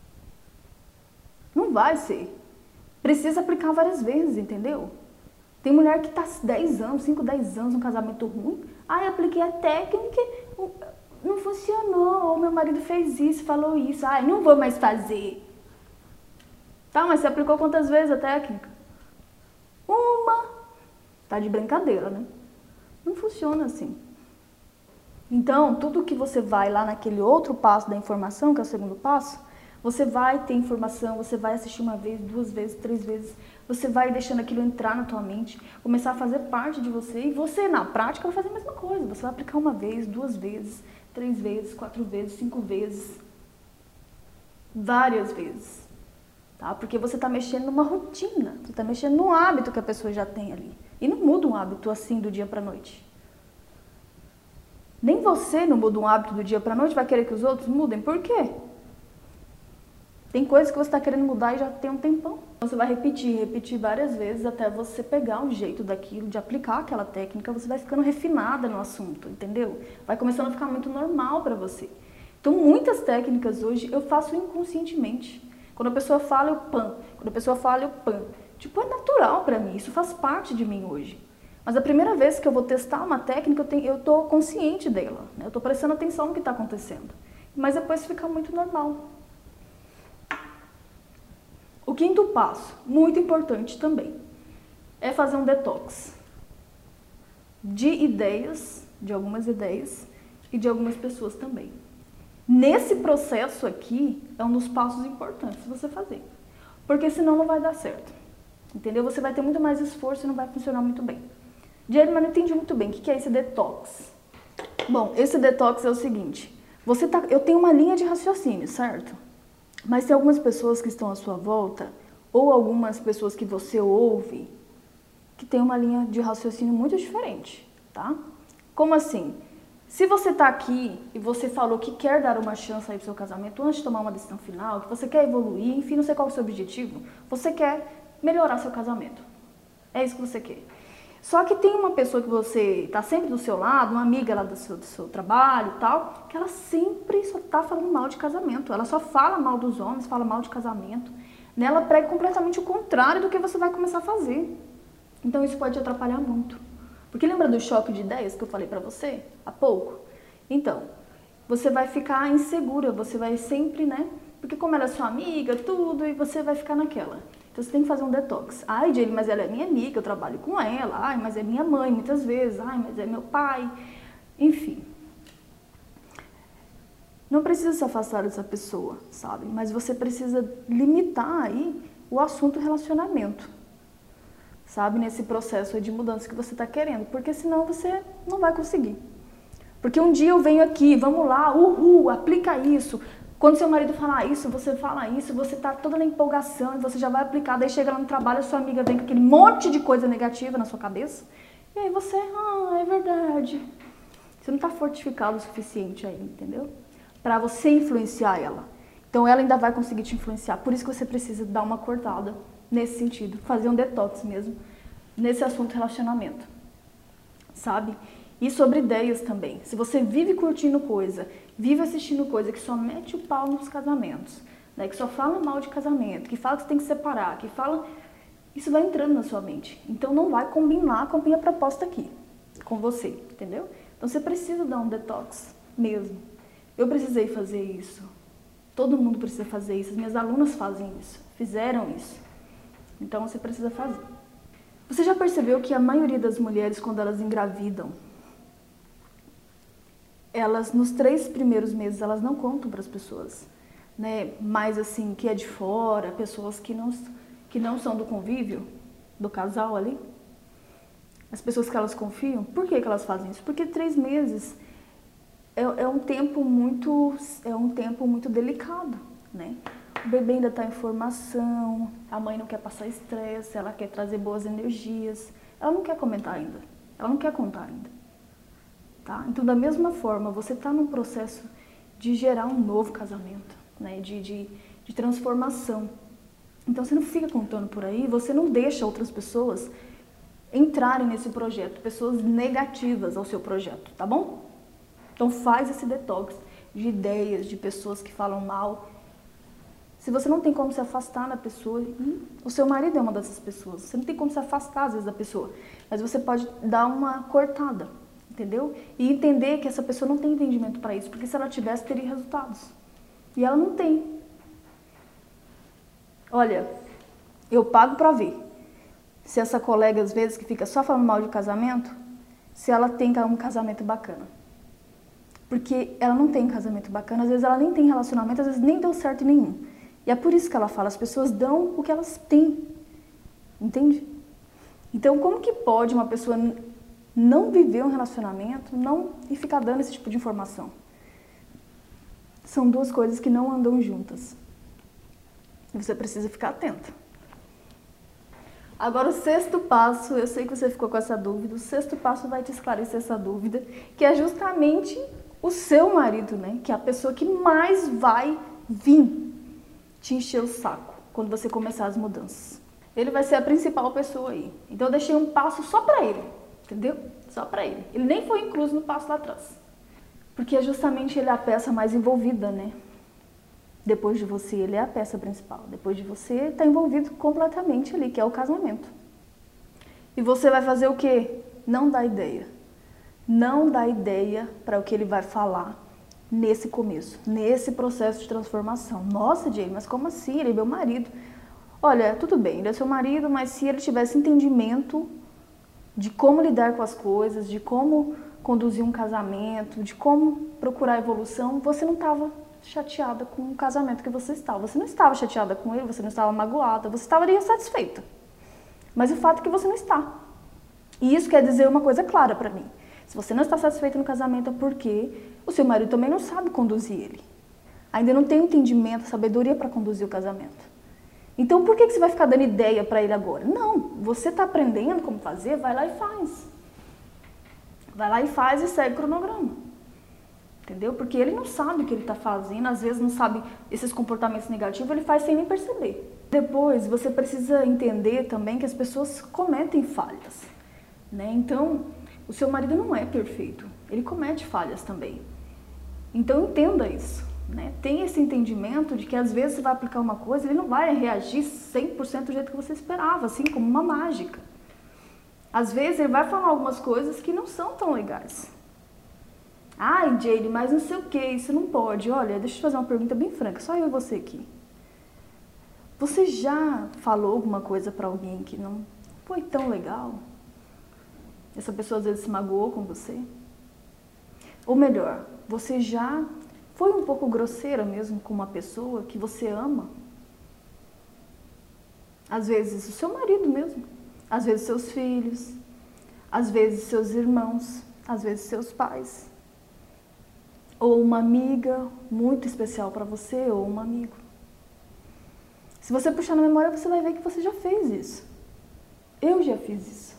Não vai ser. Precisa aplicar várias vezes, entendeu? Tem mulher que tá 10 anos, 5, 10 anos num casamento ruim. Ai, apliquei a técnica, não funcionou, meu marido fez isso, falou isso, ai, não vou mais fazer. Tá, mas você aplicou quantas vezes a técnica? Uma. Tá de brincadeira, né? Não funciona assim. Então, tudo que você vai lá naquele outro passo da informação, que é o segundo passo, você vai ter informação, você vai assistir uma vez, 2 vezes, 3 vezes, você vai deixando aquilo entrar na tua mente, começar a fazer parte de você, e você, na prática, vai fazer a mesma coisa. Você vai aplicar 1 vez, 2 vezes, 3 vezes, 4 vezes, 5 vezes, várias vezes, tá? Porque você está mexendo numa rotina, você está mexendo num hábito que a pessoa já tem ali. E não muda um hábito assim do dia para a noite. Nem você não muda um hábito do dia para a noite, vai querer que os outros mudem. Por quê? Tem coisas que você está querendo mudar e já tem um tempão. Você vai repetir várias vezes até você pegar o jeito daquilo, de aplicar aquela técnica, você vai ficando refinada no assunto, entendeu? Vai começando a ficar muito normal para você. Então, muitas técnicas hoje eu faço inconscientemente. Quando a pessoa fala, eu pam. Quando a pessoa fala, eu pam. Tipo, é natural para mim, isso faz parte de mim hoje. Mas a primeira vez que eu vou testar uma técnica, eu tô consciente dela, né? Eu tô prestando atenção no que está acontecendo. Mas depois fica muito normal. O 5º passo, muito importante também, é fazer um detox de ideias, de algumas ideias e de algumas pessoas também. Nesse processo aqui, é um dos passos importantes de você fazer, porque senão não vai dar certo, entendeu? Você vai ter muito mais esforço e não vai funcionar muito bem. Diego, mas não entendi muito bem, o que é esse detox? Bom, esse detox é o seguinte, eu tenho uma linha de raciocínio, certo? Mas tem algumas pessoas que estão à sua volta, ou algumas pessoas que você ouve, que tem uma linha de raciocínio muito diferente, tá? Como assim? Se você tá aqui e você falou que quer dar uma chance aí pro seu casamento antes de tomar uma decisão final, que você quer evoluir, enfim, não sei qual é o seu objetivo, você quer melhorar seu casamento. É isso que você quer. Só que tem uma pessoa que você tá sempre do seu lado, uma amiga lá do seu trabalho e tal, que ela sempre só tá falando mal de casamento. Ela só fala mal dos homens, fala mal de casamento. Ela prega completamente o contrário do que você vai começar a fazer. Então isso pode te atrapalhar muito. Porque lembra do choque de ideias que eu falei pra você há pouco? Então, você vai ficar insegura, você vai sempre, né? Porque como ela é sua amiga, tudo, e você vai ficar naquela. Então você tem que fazer um detox. Ai, Jane, mas ela é minha amiga, eu trabalho com ela. Ai, mas é minha mãe muitas vezes. Ai, mas é meu pai. Enfim. Não precisa se afastar dessa pessoa, sabe? Mas você precisa limitar aí o assunto relacionamento. Sabe? Nesse processo de mudança que você está querendo. Porque senão você não vai conseguir. Porque um dia eu venho aqui, vamos lá, aplica isso. Quando seu marido falar isso, você tá toda na empolgação e você já vai aplicar, daí chega lá no trabalho, a sua amiga vem com aquele monte de coisa negativa na sua cabeça, e aí você, é verdade. Você não tá fortificado o suficiente aí, entendeu? Pra você influenciar ela. Então ela ainda vai conseguir te influenciar, por isso que você precisa dar uma cortada nesse sentido, fazer um detox mesmo, nesse assunto relacionamento, sabe? E sobre ideias também. Se você vive curtindo coisa, vive assistindo coisa que só mete o pau nos casamentos, né, que só fala mal de casamento, que fala que você tem que separar, que fala... Isso vai entrando na sua mente. Então não vai combinar com a minha proposta aqui, com você, entendeu? Então você precisa dar um detox mesmo. Eu precisei fazer isso. Todo mundo precisa fazer isso. As minhas alunas fazem isso, fizeram isso. Então você precisa fazer. Você já percebeu que a maioria das mulheres, quando elas engravidam, elas, nos 3 primeiros meses, elas não contam para as pessoas, né? Mas assim, que é de fora, pessoas que não são do convívio, do casal ali, as pessoas que elas confiam. Por que que elas fazem isso? Porque 3 meses é um tempo muito delicado, né? O bebê ainda está em formação, a mãe não quer passar estresse, ela quer trazer boas energias, ela não quer comentar ainda, ela não quer contar ainda. Tá? Então, da mesma forma, você está num processo de gerar um novo casamento, né? de transformação. Então, você não fica contando por aí, você não deixa outras pessoas entrarem nesse projeto, pessoas negativas ao seu projeto, tá bom? Então, faz esse detox de ideias, de pessoas que falam mal. Se você não tem como se afastar da pessoa, o seu marido é uma dessas pessoas, você não tem como se afastar às vezes da pessoa, mas você pode dar uma cortada, entendeu? E entender que essa pessoa não tem entendimento para isso, porque se ela tivesse, teria resultados. E ela não tem. Olha, eu pago para ver se essa colega, às vezes, que fica só falando mal de casamento, se ela tem um casamento bacana. Porque ela não tem casamento bacana, às vezes ela nem tem relacionamento, às vezes nem deu certo em nenhum. E é por isso que ela fala, as pessoas dão o que elas têm, entende? Então, como que pode uma pessoa não viver um relacionamento e ficar dando esse tipo de informação? São 2 coisas que não andam juntas. E você precisa ficar atenta. Agora, o 6º passo, eu sei que você ficou com essa dúvida, o 6º passo vai te esclarecer essa dúvida, que é justamente o seu marido, né? Que é a pessoa que mais vai vir te encher o saco quando você começar as mudanças. Ele vai ser a principal pessoa aí. Então eu deixei um passo só pra ele, entendeu? Só pra ele. Ele nem foi incluso no passo lá atrás. Porque é justamente ele a peça mais envolvida, né? Depois de você, ele é a peça principal. Depois de você, tá envolvido completamente ali, que é o casamento. E você vai fazer o quê? Não dá ideia. Não dá ideia para o que ele vai falar nesse começo, nesse processo de transformação. Nossa, Jay, mas como assim? Ele é meu marido. Olha, tudo bem, ele é seu marido, mas se ele tivesse entendimento de como lidar com as coisas, de como conduzir um casamento, de como procurar evolução, você não estava chateada com o casamento que você estava. Você não estava chateada com ele, você não estava magoada, você estaria satisfeita. Mas o fato é que você não está. E isso quer dizer uma coisa clara para mim. Se você não está satisfeita no casamento é porque o seu marido também não sabe conduzir ele. Ainda não tem entendimento, sabedoria para conduzir o casamento. Então por que você vai ficar dando ideia para ele agora? Não, você está aprendendo como fazer, vai lá e faz. Vai lá e faz e segue o cronograma. Entendeu? Porque ele não sabe o que ele está fazendo, às vezes não sabe esses comportamentos negativos, ele faz sem nem perceber. Depois, você precisa entender também que as pessoas cometem falhas, né? Então, o seu marido não é perfeito, ele comete falhas também. Então, entenda isso, né? Tenha esse entendimento de que às vezes você vai aplicar uma coisa, ele não vai reagir 100% do jeito que você esperava, assim como uma mágica. Às vezes ele vai falar algumas coisas que não são tão legais. Ai, Jade, mas não sei o que, isso não pode. Olha, deixa eu te fazer uma pergunta bem franca, só eu e você aqui. Você já falou alguma coisa pra alguém que não foi tão legal? Essa pessoa às vezes se magoou com você? Ou melhor, você já foi um pouco grosseira mesmo com uma pessoa que você ama? Às vezes o seu marido mesmo, às vezes seus filhos, às vezes seus irmãos, às vezes seus pais. Ou uma amiga muito especial para você, ou um amigo. Se você puxar na memória, você vai ver que você já fez isso. Eu já fiz isso.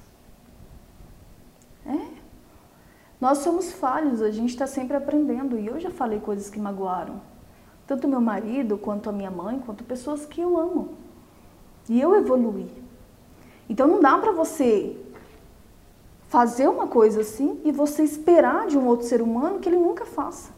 Nós somos falhos, a gente está sempre aprendendo. E eu já falei coisas que magoaram. Tanto meu marido, quanto a minha mãe, quanto pessoas que eu amo. E eu evoluí. Então não dá para você fazer uma coisa assim e você esperar de um outro ser humano que ele nunca faça.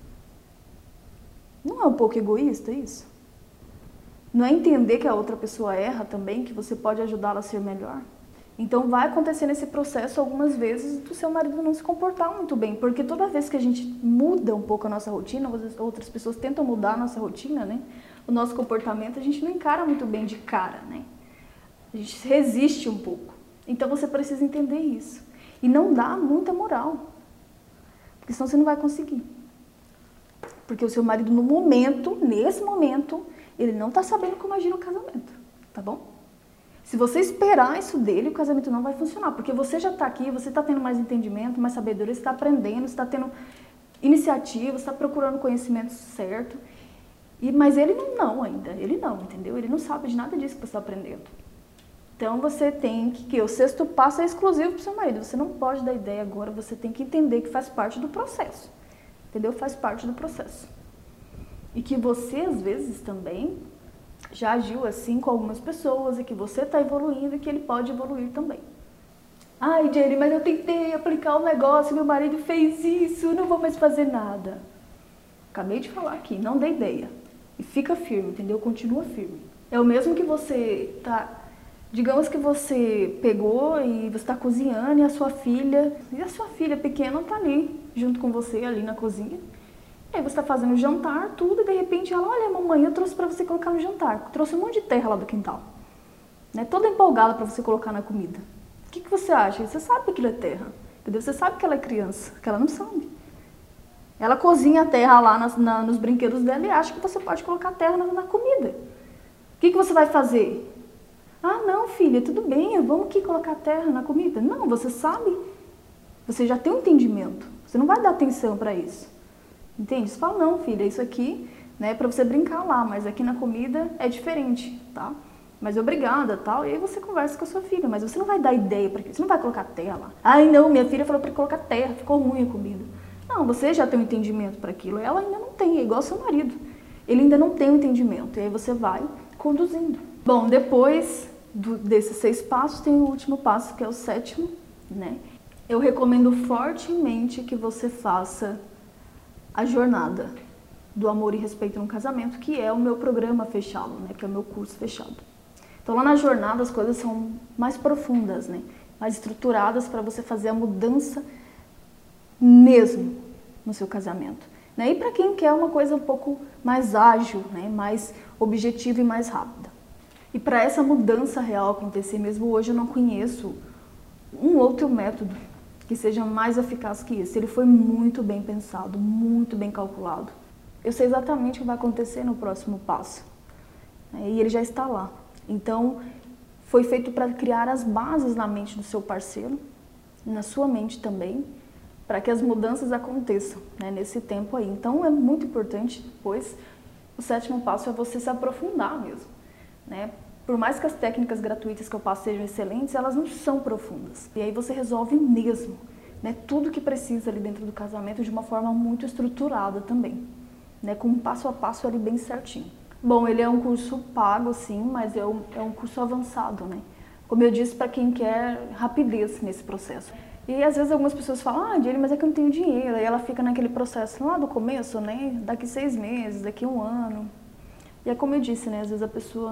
Não é um pouco egoísta isso? Não é entender que a outra pessoa erra também, que você pode ajudá-la a ser melhor? Então vai acontecer nesse processo algumas vezes do seu marido não se comportar muito bem, porque toda vez que a gente muda um pouco a nossa rotina, outras pessoas tentam mudar a nossa rotina, né? O nosso comportamento, a gente não encara muito bem de cara, né? A gente resiste um pouco. Então você precisa entender isso. E não dá muita moral, porque senão você não vai conseguir. Porque o seu marido no momento, nesse momento, ele não está sabendo como agir no casamento, tá bom? Se você esperar isso dele, o casamento não vai funcionar, porque você já está aqui, você está tendo mais entendimento, mais sabedoria, você está aprendendo, você está tendo iniciativa, você está procurando conhecimento certo, mas ele não ainda, ele não, entendeu? Ele não sabe de nada disso que você está aprendendo. Então você tem que o sexto passo é exclusivo para o seu marido, você não pode dar ideia agora, você tem que entender que faz parte do processo, entendeu? Faz parte do processo. E que você, às vezes, também já agiu assim com algumas pessoas e que você está evoluindo e que ele pode evoluir também. Ai, Jenny, mas eu tentei aplicar um negócio, meu marido fez isso, eu não vou mais fazer nada. Acabei de falar aqui, não dê ideia. E fica firme, entendeu? Continua firme. É o mesmo que você tá... Digamos que você pegou e você está cozinhando e a sua filha pequena está ali, junto com você, ali na cozinha. Aí você está fazendo o jantar, tudo, e de repente ela, olha mamãe, eu trouxe para você colocar no jantar. Trouxe um monte de terra lá do quintal. Né? Toda empolgada para você colocar na comida. O que você acha? Você sabe que aquilo é terra. Entendeu? Você sabe que ela é criança, que ela não sabe. Ela cozinha a terra lá nos brinquedos dela e acha que você pode colocar terra na comida. O que você vai fazer? Ah, não, filha, tudo bem, vamos aqui colocar terra na comida. Não, você sabe. Você já tem um entendimento. Você não vai dar atenção para isso. Entende? Você fala, não, filha, isso aqui, né, é para você brincar lá, mas aqui na comida é diferente, tá? Mas obrigada, tal, e aí você conversa com a sua filha, mas você não vai dar ideia para aquilo, você não vai colocar terra lá. Ai, não, minha filha falou para colocar terra, ficou ruim a comida. Não, você já tem um entendimento para aquilo, ela ainda não tem, é igual seu marido. Ele ainda não tem um entendimento, e aí você vai conduzindo. Bom, depois desses 6 passos, tem o último passo, que é o 7º, né? Eu recomendo fortemente que você faça a jornada do amor e respeito no casamento, que é o meu programa fechado, né? Que é o meu curso fechado. Então lá na jornada as coisas são mais profundas, né? Mais estruturadas para você fazer a mudança mesmo no seu casamento. Né? E para quem quer uma coisa um pouco mais ágil, né? Mais objetiva e mais rápida. E para essa mudança real acontecer mesmo hoje, eu não conheço um outro método que seja mais eficaz que esse. Ele foi muito bem pensado, muito bem calculado. Eu sei exatamente o que vai acontecer no próximo passo. E ele já está lá. Então, foi feito para criar as bases na mente do seu parceiro, na sua mente também, para que as mudanças aconteçam, né, nesse tempo aí. Então, é muito importante, depois, o 7º passo é você se aprofundar mesmo, né? Por mais que as técnicas gratuitas que eu passo sejam excelentes, elas não são profundas. E aí você resolve mesmo, né, tudo que precisa ali dentro do casamento de uma forma muito estruturada também, né, com um passo a passo ali bem certinho. Bom, ele é um curso pago, sim, mas é um curso avançado, né? Como eu disse, para quem quer rapidez nesse processo. E às vezes algumas pessoas falam, ah, Jenny, mas é que eu não tenho dinheiro. Aí ela fica naquele processo lá do começo, né? Daqui 6 meses, daqui 1 ano. E é como eu disse, né? Às vezes a pessoa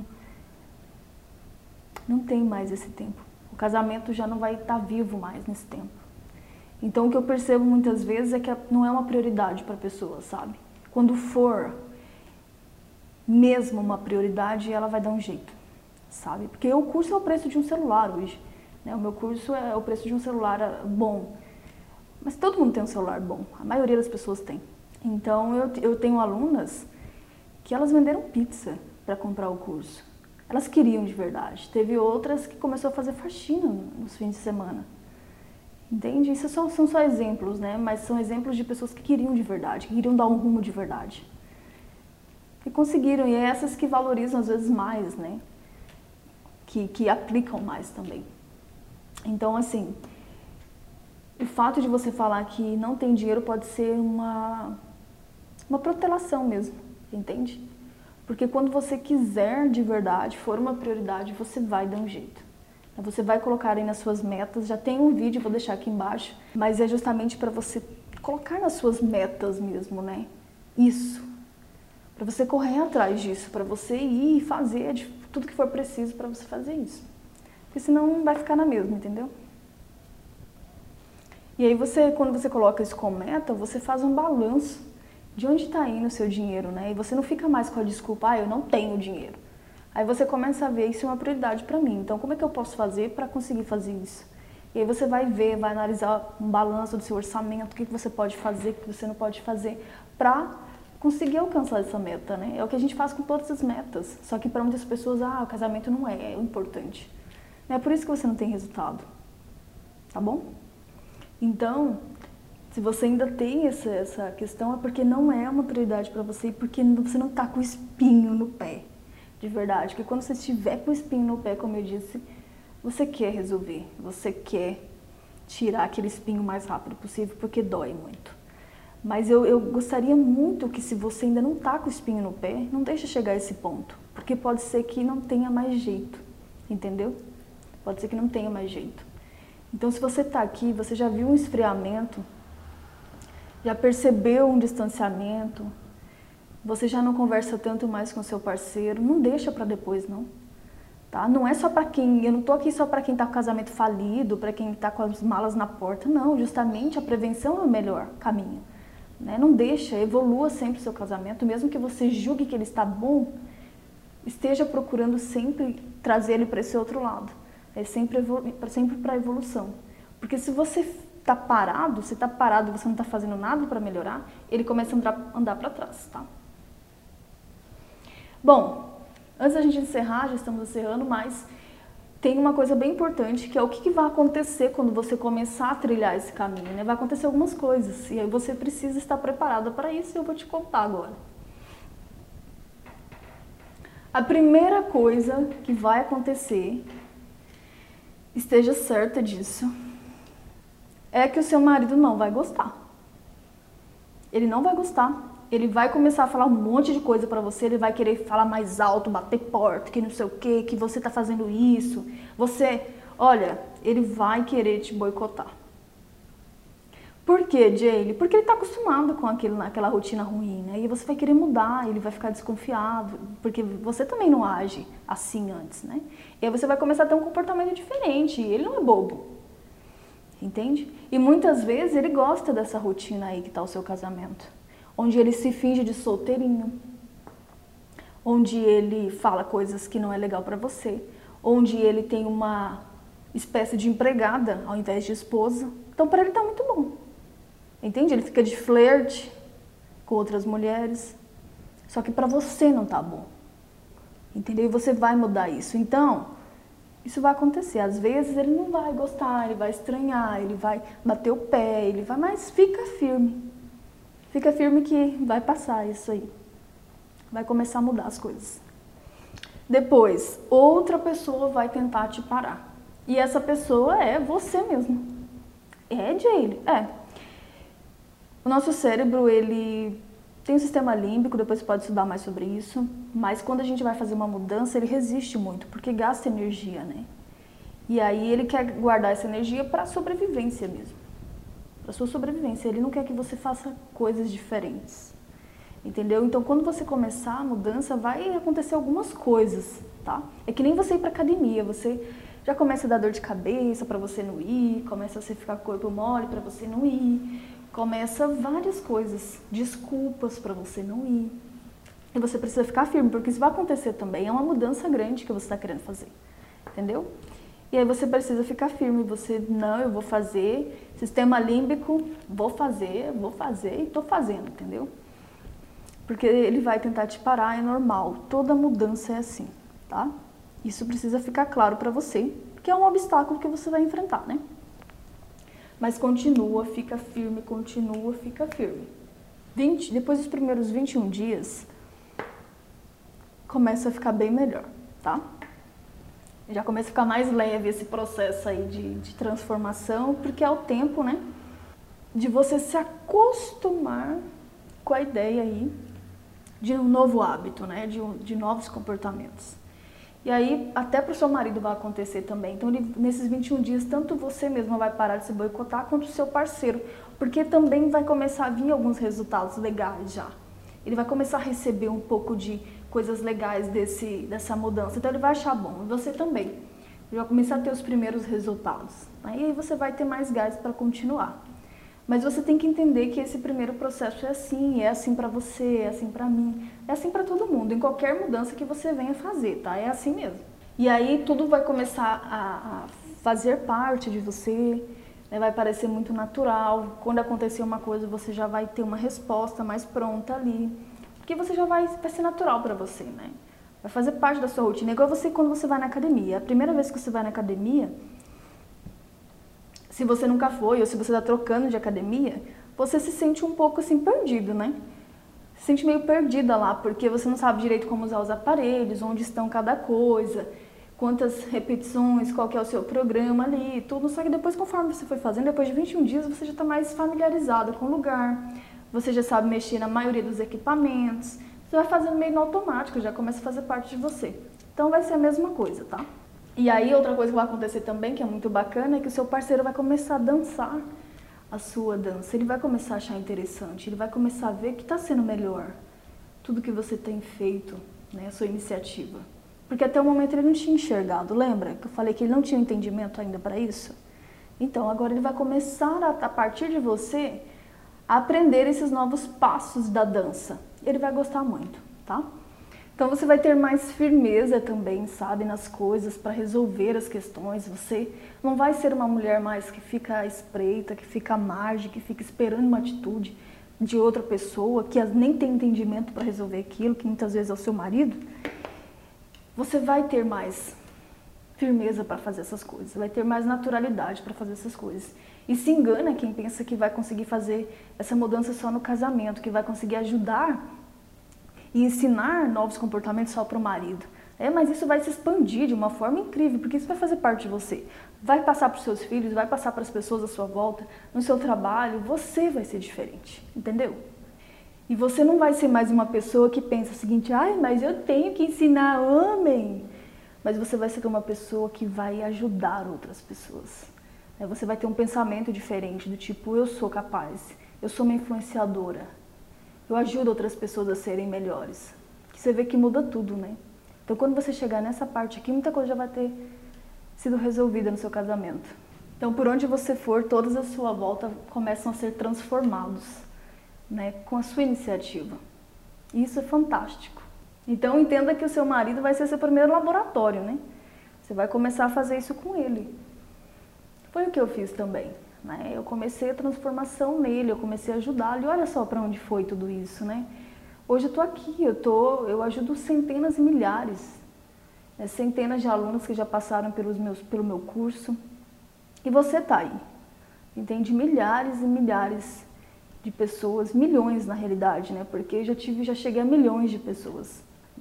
não tem mais esse tempo. O casamento já não vai estar vivo mais nesse tempo. Então o que eu percebo muitas vezes é que não é uma prioridade para a pessoa, sabe? Quando for mesmo uma prioridade, ela vai dar um jeito, sabe? Porque o curso é o preço de um celular hoje, né? O meu curso é o preço de um celular bom. Mas todo mundo tem um celular bom, a maioria das pessoas tem. Então eu tenho alunas que elas venderam pizza para comprar o curso. Elas queriam de verdade. Teve outras que começou a fazer faxina nos fins de semana. Entende? Isso são só exemplos, né? Mas são exemplos de pessoas que queriam de verdade, que queriam dar um rumo de verdade. E conseguiram, e é essas que valorizam às vezes mais, né? Que aplicam mais também. Então, assim, o fato de você falar que não tem dinheiro pode ser uma protelação mesmo, entende? Porque quando você quiser de verdade, for uma prioridade, você vai dar um jeito. Você vai colocar aí nas suas metas, já tem um vídeo, vou deixar aqui embaixo, mas é justamente para você colocar nas suas metas mesmo, né? Isso. Para você correr atrás disso, para você ir fazer tudo que for preciso para você fazer isso. Porque senão vai ficar na mesma, entendeu? E aí quando você coloca isso como meta, você faz um balanço de onde está indo o seu dinheiro, né? E você não fica mais com a desculpa, eu não tenho dinheiro. Aí você começa a ver, isso é uma prioridade para mim, então como é que eu posso fazer para conseguir fazer isso? E aí você vai ver, vai analisar um balanço do seu orçamento, o que você pode fazer, o que você não pode fazer, para conseguir alcançar essa meta, né? É o que a gente faz com todas as metas, só que para muitas pessoas, o casamento não é o importante. É por isso que você não tem resultado, tá bom? Então, se você ainda tem essa questão, é porque não é uma prioridade para você e porque você não está com o espinho no pé. De verdade, porque quando você estiver com o espinho no pé, como eu disse, você quer resolver, você quer tirar aquele espinho o mais rápido possível, porque dói muito. Mas eu gostaria muito que, se você ainda não está com o espinho no pé, não deixe chegar a esse ponto, porque pode ser que não tenha mais jeito, entendeu? Pode ser que não tenha mais jeito. Então, se você está aqui, você já viu um esfriamento, já percebeu um distanciamento, você já não conversa tanto mais com seu parceiro, não deixa para depois, não. Tá? Não é só para quem, eu não tô aqui só para quem está com o casamento falido, para quem está com as malas na porta, não. Justamente a prevenção é o melhor caminho. Né? Não deixa, evolua sempre o seu casamento, mesmo que você julgue que ele está bom, esteja procurando sempre trazer ele para esse outro lado. É sempre para a evolução. Porque se você está parado, você não está fazendo nada para melhorar, ele começa a andar para trás, tá? Bom, antes da gente encerrar, já estamos encerrando, mas tem uma coisa bem importante, que é o que vai acontecer quando você começar a trilhar esse caminho, né? Vai acontecer algumas coisas, e aí você precisa estar preparada para isso, e eu vou te contar agora. A primeira coisa que vai acontecer, esteja certa disso, é que o seu marido não vai gostar. Ele não vai gostar. Ele vai começar a falar um monte de coisa pra você, ele vai querer falar mais alto, bater porta, que não sei o que você tá fazendo isso. Olha, ele vai querer te boicotar. Por quê, Jaylee? Porque ele tá acostumado com aquela rotina ruim, né? E você vai querer mudar, ele vai ficar desconfiado, porque você também não age assim antes, né? E aí você vai começar a ter um comportamento diferente, e ele não é bobo. Entende? E muitas vezes ele gosta dessa rotina aí que tá o seu casamento. Onde ele se finge de solteirinho, onde ele fala coisas que não é legal para você, onde ele tem uma espécie de empregada ao invés de esposa. Então, para ele tá muito bom. Entende? Ele fica de flerte com outras mulheres. Só que para você não tá bom. Entendeu? E você vai mudar isso. Então, isso vai acontecer. Às vezes ele não vai gostar, ele vai estranhar, ele vai bater o pé, mas fica firme. Fica firme que vai passar isso aí. Vai começar a mudar as coisas. Depois, outra pessoa vai tentar te parar. E essa pessoa é você mesmo. É, Jaylee? É. O nosso cérebro, ele tem um sistema límbico, depois você pode estudar mais sobre isso. Mas quando a gente vai fazer uma mudança, ele resiste muito, porque gasta energia, né? E aí ele quer guardar essa energia para a sobrevivência mesmo. Para sua sobrevivência, ele não quer que você faça coisas diferentes, entendeu? Então, quando você começar a mudança, vai acontecer algumas coisas, tá? É que nem você ir para academia, você já começa a dar dor de cabeça para você não ir, começa a você ficar com o corpo mole para você não ir, começa várias coisas, desculpas para você não ir. E você precisa ficar firme, porque isso vai acontecer também, é uma mudança grande que você está querendo fazer, entendeu? E aí você precisa ficar firme, eu vou fazer, sistema límbico, vou fazer e tô fazendo, entendeu? Porque ele vai tentar te parar, é normal, toda mudança é assim, tá? Isso precisa ficar claro pra você, porque é um obstáculo que você vai enfrentar, né? Mas continua, fica firme, fica firme. Depois dos primeiros 21 dias, começa a ficar bem melhor, tá? Já começa a ficar mais leve esse processo aí de transformação, porque é o tempo, né, de você se acostumar com a ideia aí de um novo hábito, né, de novos comportamentos. E aí, até para o seu marido vai acontecer também. Então, nesses 21 dias, tanto você mesma vai parar de se boicotar, quanto o seu parceiro. Porque também vai começar a vir alguns resultados legais já. Ele vai começar a receber um pouco de coisas legais dessa mudança. Então, ele vai achar bom. E você também. Ele vai começar a ter os primeiros resultados. Aí você vai ter mais gás para continuar. Mas você tem que entender que esse primeiro processo é assim para você, é assim para mim, é assim para todo mundo, em qualquer mudança que você venha fazer, tá? É assim mesmo. E aí tudo vai começar a fazer parte de você, né? Vai parecer muito natural. Quando acontecer uma coisa, você já vai ter uma resposta mais pronta ali, porque você já vai ser natural para você, né? Vai fazer parte da sua rotina. É igual você quando você vai na academia. A primeira vez que você vai na academia, se você nunca foi ou se você está trocando de academia, você se sente um pouco assim perdido, né? Se sente meio perdida lá, porque você não sabe direito como usar os aparelhos, onde estão cada coisa, quantas repetições, qual que é o seu programa ali, tudo. Só que depois, conforme você foi fazendo, depois de 21 dias, você já está mais familiarizado com o lugar, você já sabe mexer na maioria dos equipamentos, você vai fazendo meio no automático, já começa a fazer parte de você. Então vai ser a mesma coisa, tá? E aí outra coisa que vai acontecer também, que é muito bacana, é que o seu parceiro vai começar a dançar a sua dança. Ele vai começar a achar interessante, ele vai começar a ver que está sendo melhor tudo que você tem feito, né, a sua iniciativa. Porque até o momento ele não tinha enxergado, lembra? Que eu falei que ele não tinha entendimento ainda para isso? Então agora ele vai começar a partir de você, a aprender esses novos passos da dança. Ele vai gostar muito, tá? Então você vai ter mais firmeza também, sabe, nas coisas para resolver as questões. Você não vai ser uma mulher mais que fica à espreita, que fica à margem, que fica esperando uma atitude de outra pessoa, que nem tem entendimento para resolver aquilo, que muitas vezes é o seu marido. Você vai ter mais firmeza para fazer essas coisas, vai ter mais naturalidade para fazer essas coisas. E se engana quem pensa que vai conseguir fazer essa mudança só no casamento, que vai conseguir ajudar e ensinar novos comportamentos só para o marido. Mas isso vai se expandir de uma forma incrível, porque isso vai fazer parte de você. Vai passar para os seus filhos, vai passar para as pessoas à sua volta, no seu trabalho, você vai ser diferente, entendeu? E você não vai ser mais uma pessoa que pensa o seguinte, mas eu tenho que ensinar homem. Mas você vai ser uma pessoa que vai ajudar outras pessoas. Você vai ter um pensamento diferente, do tipo, eu sou capaz, eu sou uma influenciadora. Eu ajudo outras pessoas a serem melhores. Que você vê que muda tudo, né? Então, quando você chegar nessa parte aqui, muita coisa já vai ter sido resolvida no seu casamento. Então, por onde você for, todos à sua volta começam a ser transformados, né? Com a sua iniciativa. E isso é fantástico. Então, entenda que o seu marido vai ser seu primeiro laboratório, né? Você vai começar a fazer isso com ele. Foi o que eu fiz também. Eu comecei a transformação nele, eu comecei a ajudá-lo e olha só para onde foi tudo isso, né? Hoje eu estou aqui, eu ajudo centenas e milhares, né? Centenas de alunos que já passaram pelo meu curso e você está aí, entende? Milhares e milhares de pessoas, milhões na realidade, né? Porque já cheguei a milhões de pessoas.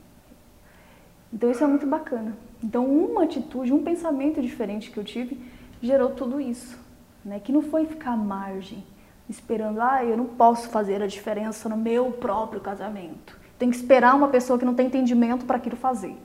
Então isso é muito bacana. Então uma atitude, um pensamento diferente que eu tive gerou tudo isso. Que não foi ficar à margem, esperando, eu não posso fazer a diferença no meu próprio casamento. Tem que esperar uma pessoa que não tem entendimento para aquilo fazer.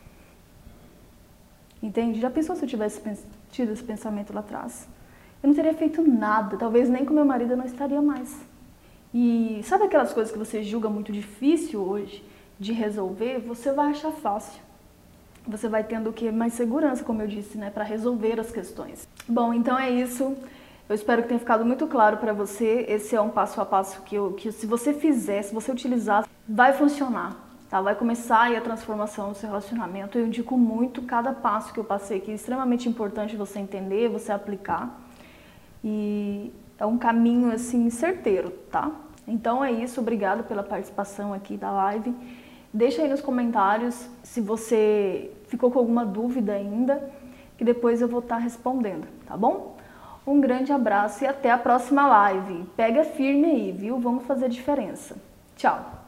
Entende? Já pensou se eu tivesse tido esse pensamento lá atrás? Eu não teria feito nada, talvez nem com meu marido eu não estaria mais. E sabe aquelas coisas que você julga muito difícil hoje de resolver? Você vai achar fácil. Você vai tendo o quê? Mais segurança, como eu disse, né? Para resolver as questões. Bom, então é isso. Eu espero que tenha ficado muito claro para você. Esse é um passo a passo que se você fizer, se você utilizar, vai funcionar, tá? Vai começar aí a transformação do seu relacionamento. Eu indico muito cada passo que eu passei aqui. É extremamente importante você entender, você aplicar. E é um caminho, assim, certeiro, tá? Então é isso. Obrigado pela participação aqui da live. Deixa aí nos comentários se você ficou com alguma dúvida ainda, que depois eu vou estar respondendo, tá bom? Um grande abraço e até a próxima live. Pega firme aí, viu? Vamos fazer diferença. Tchau!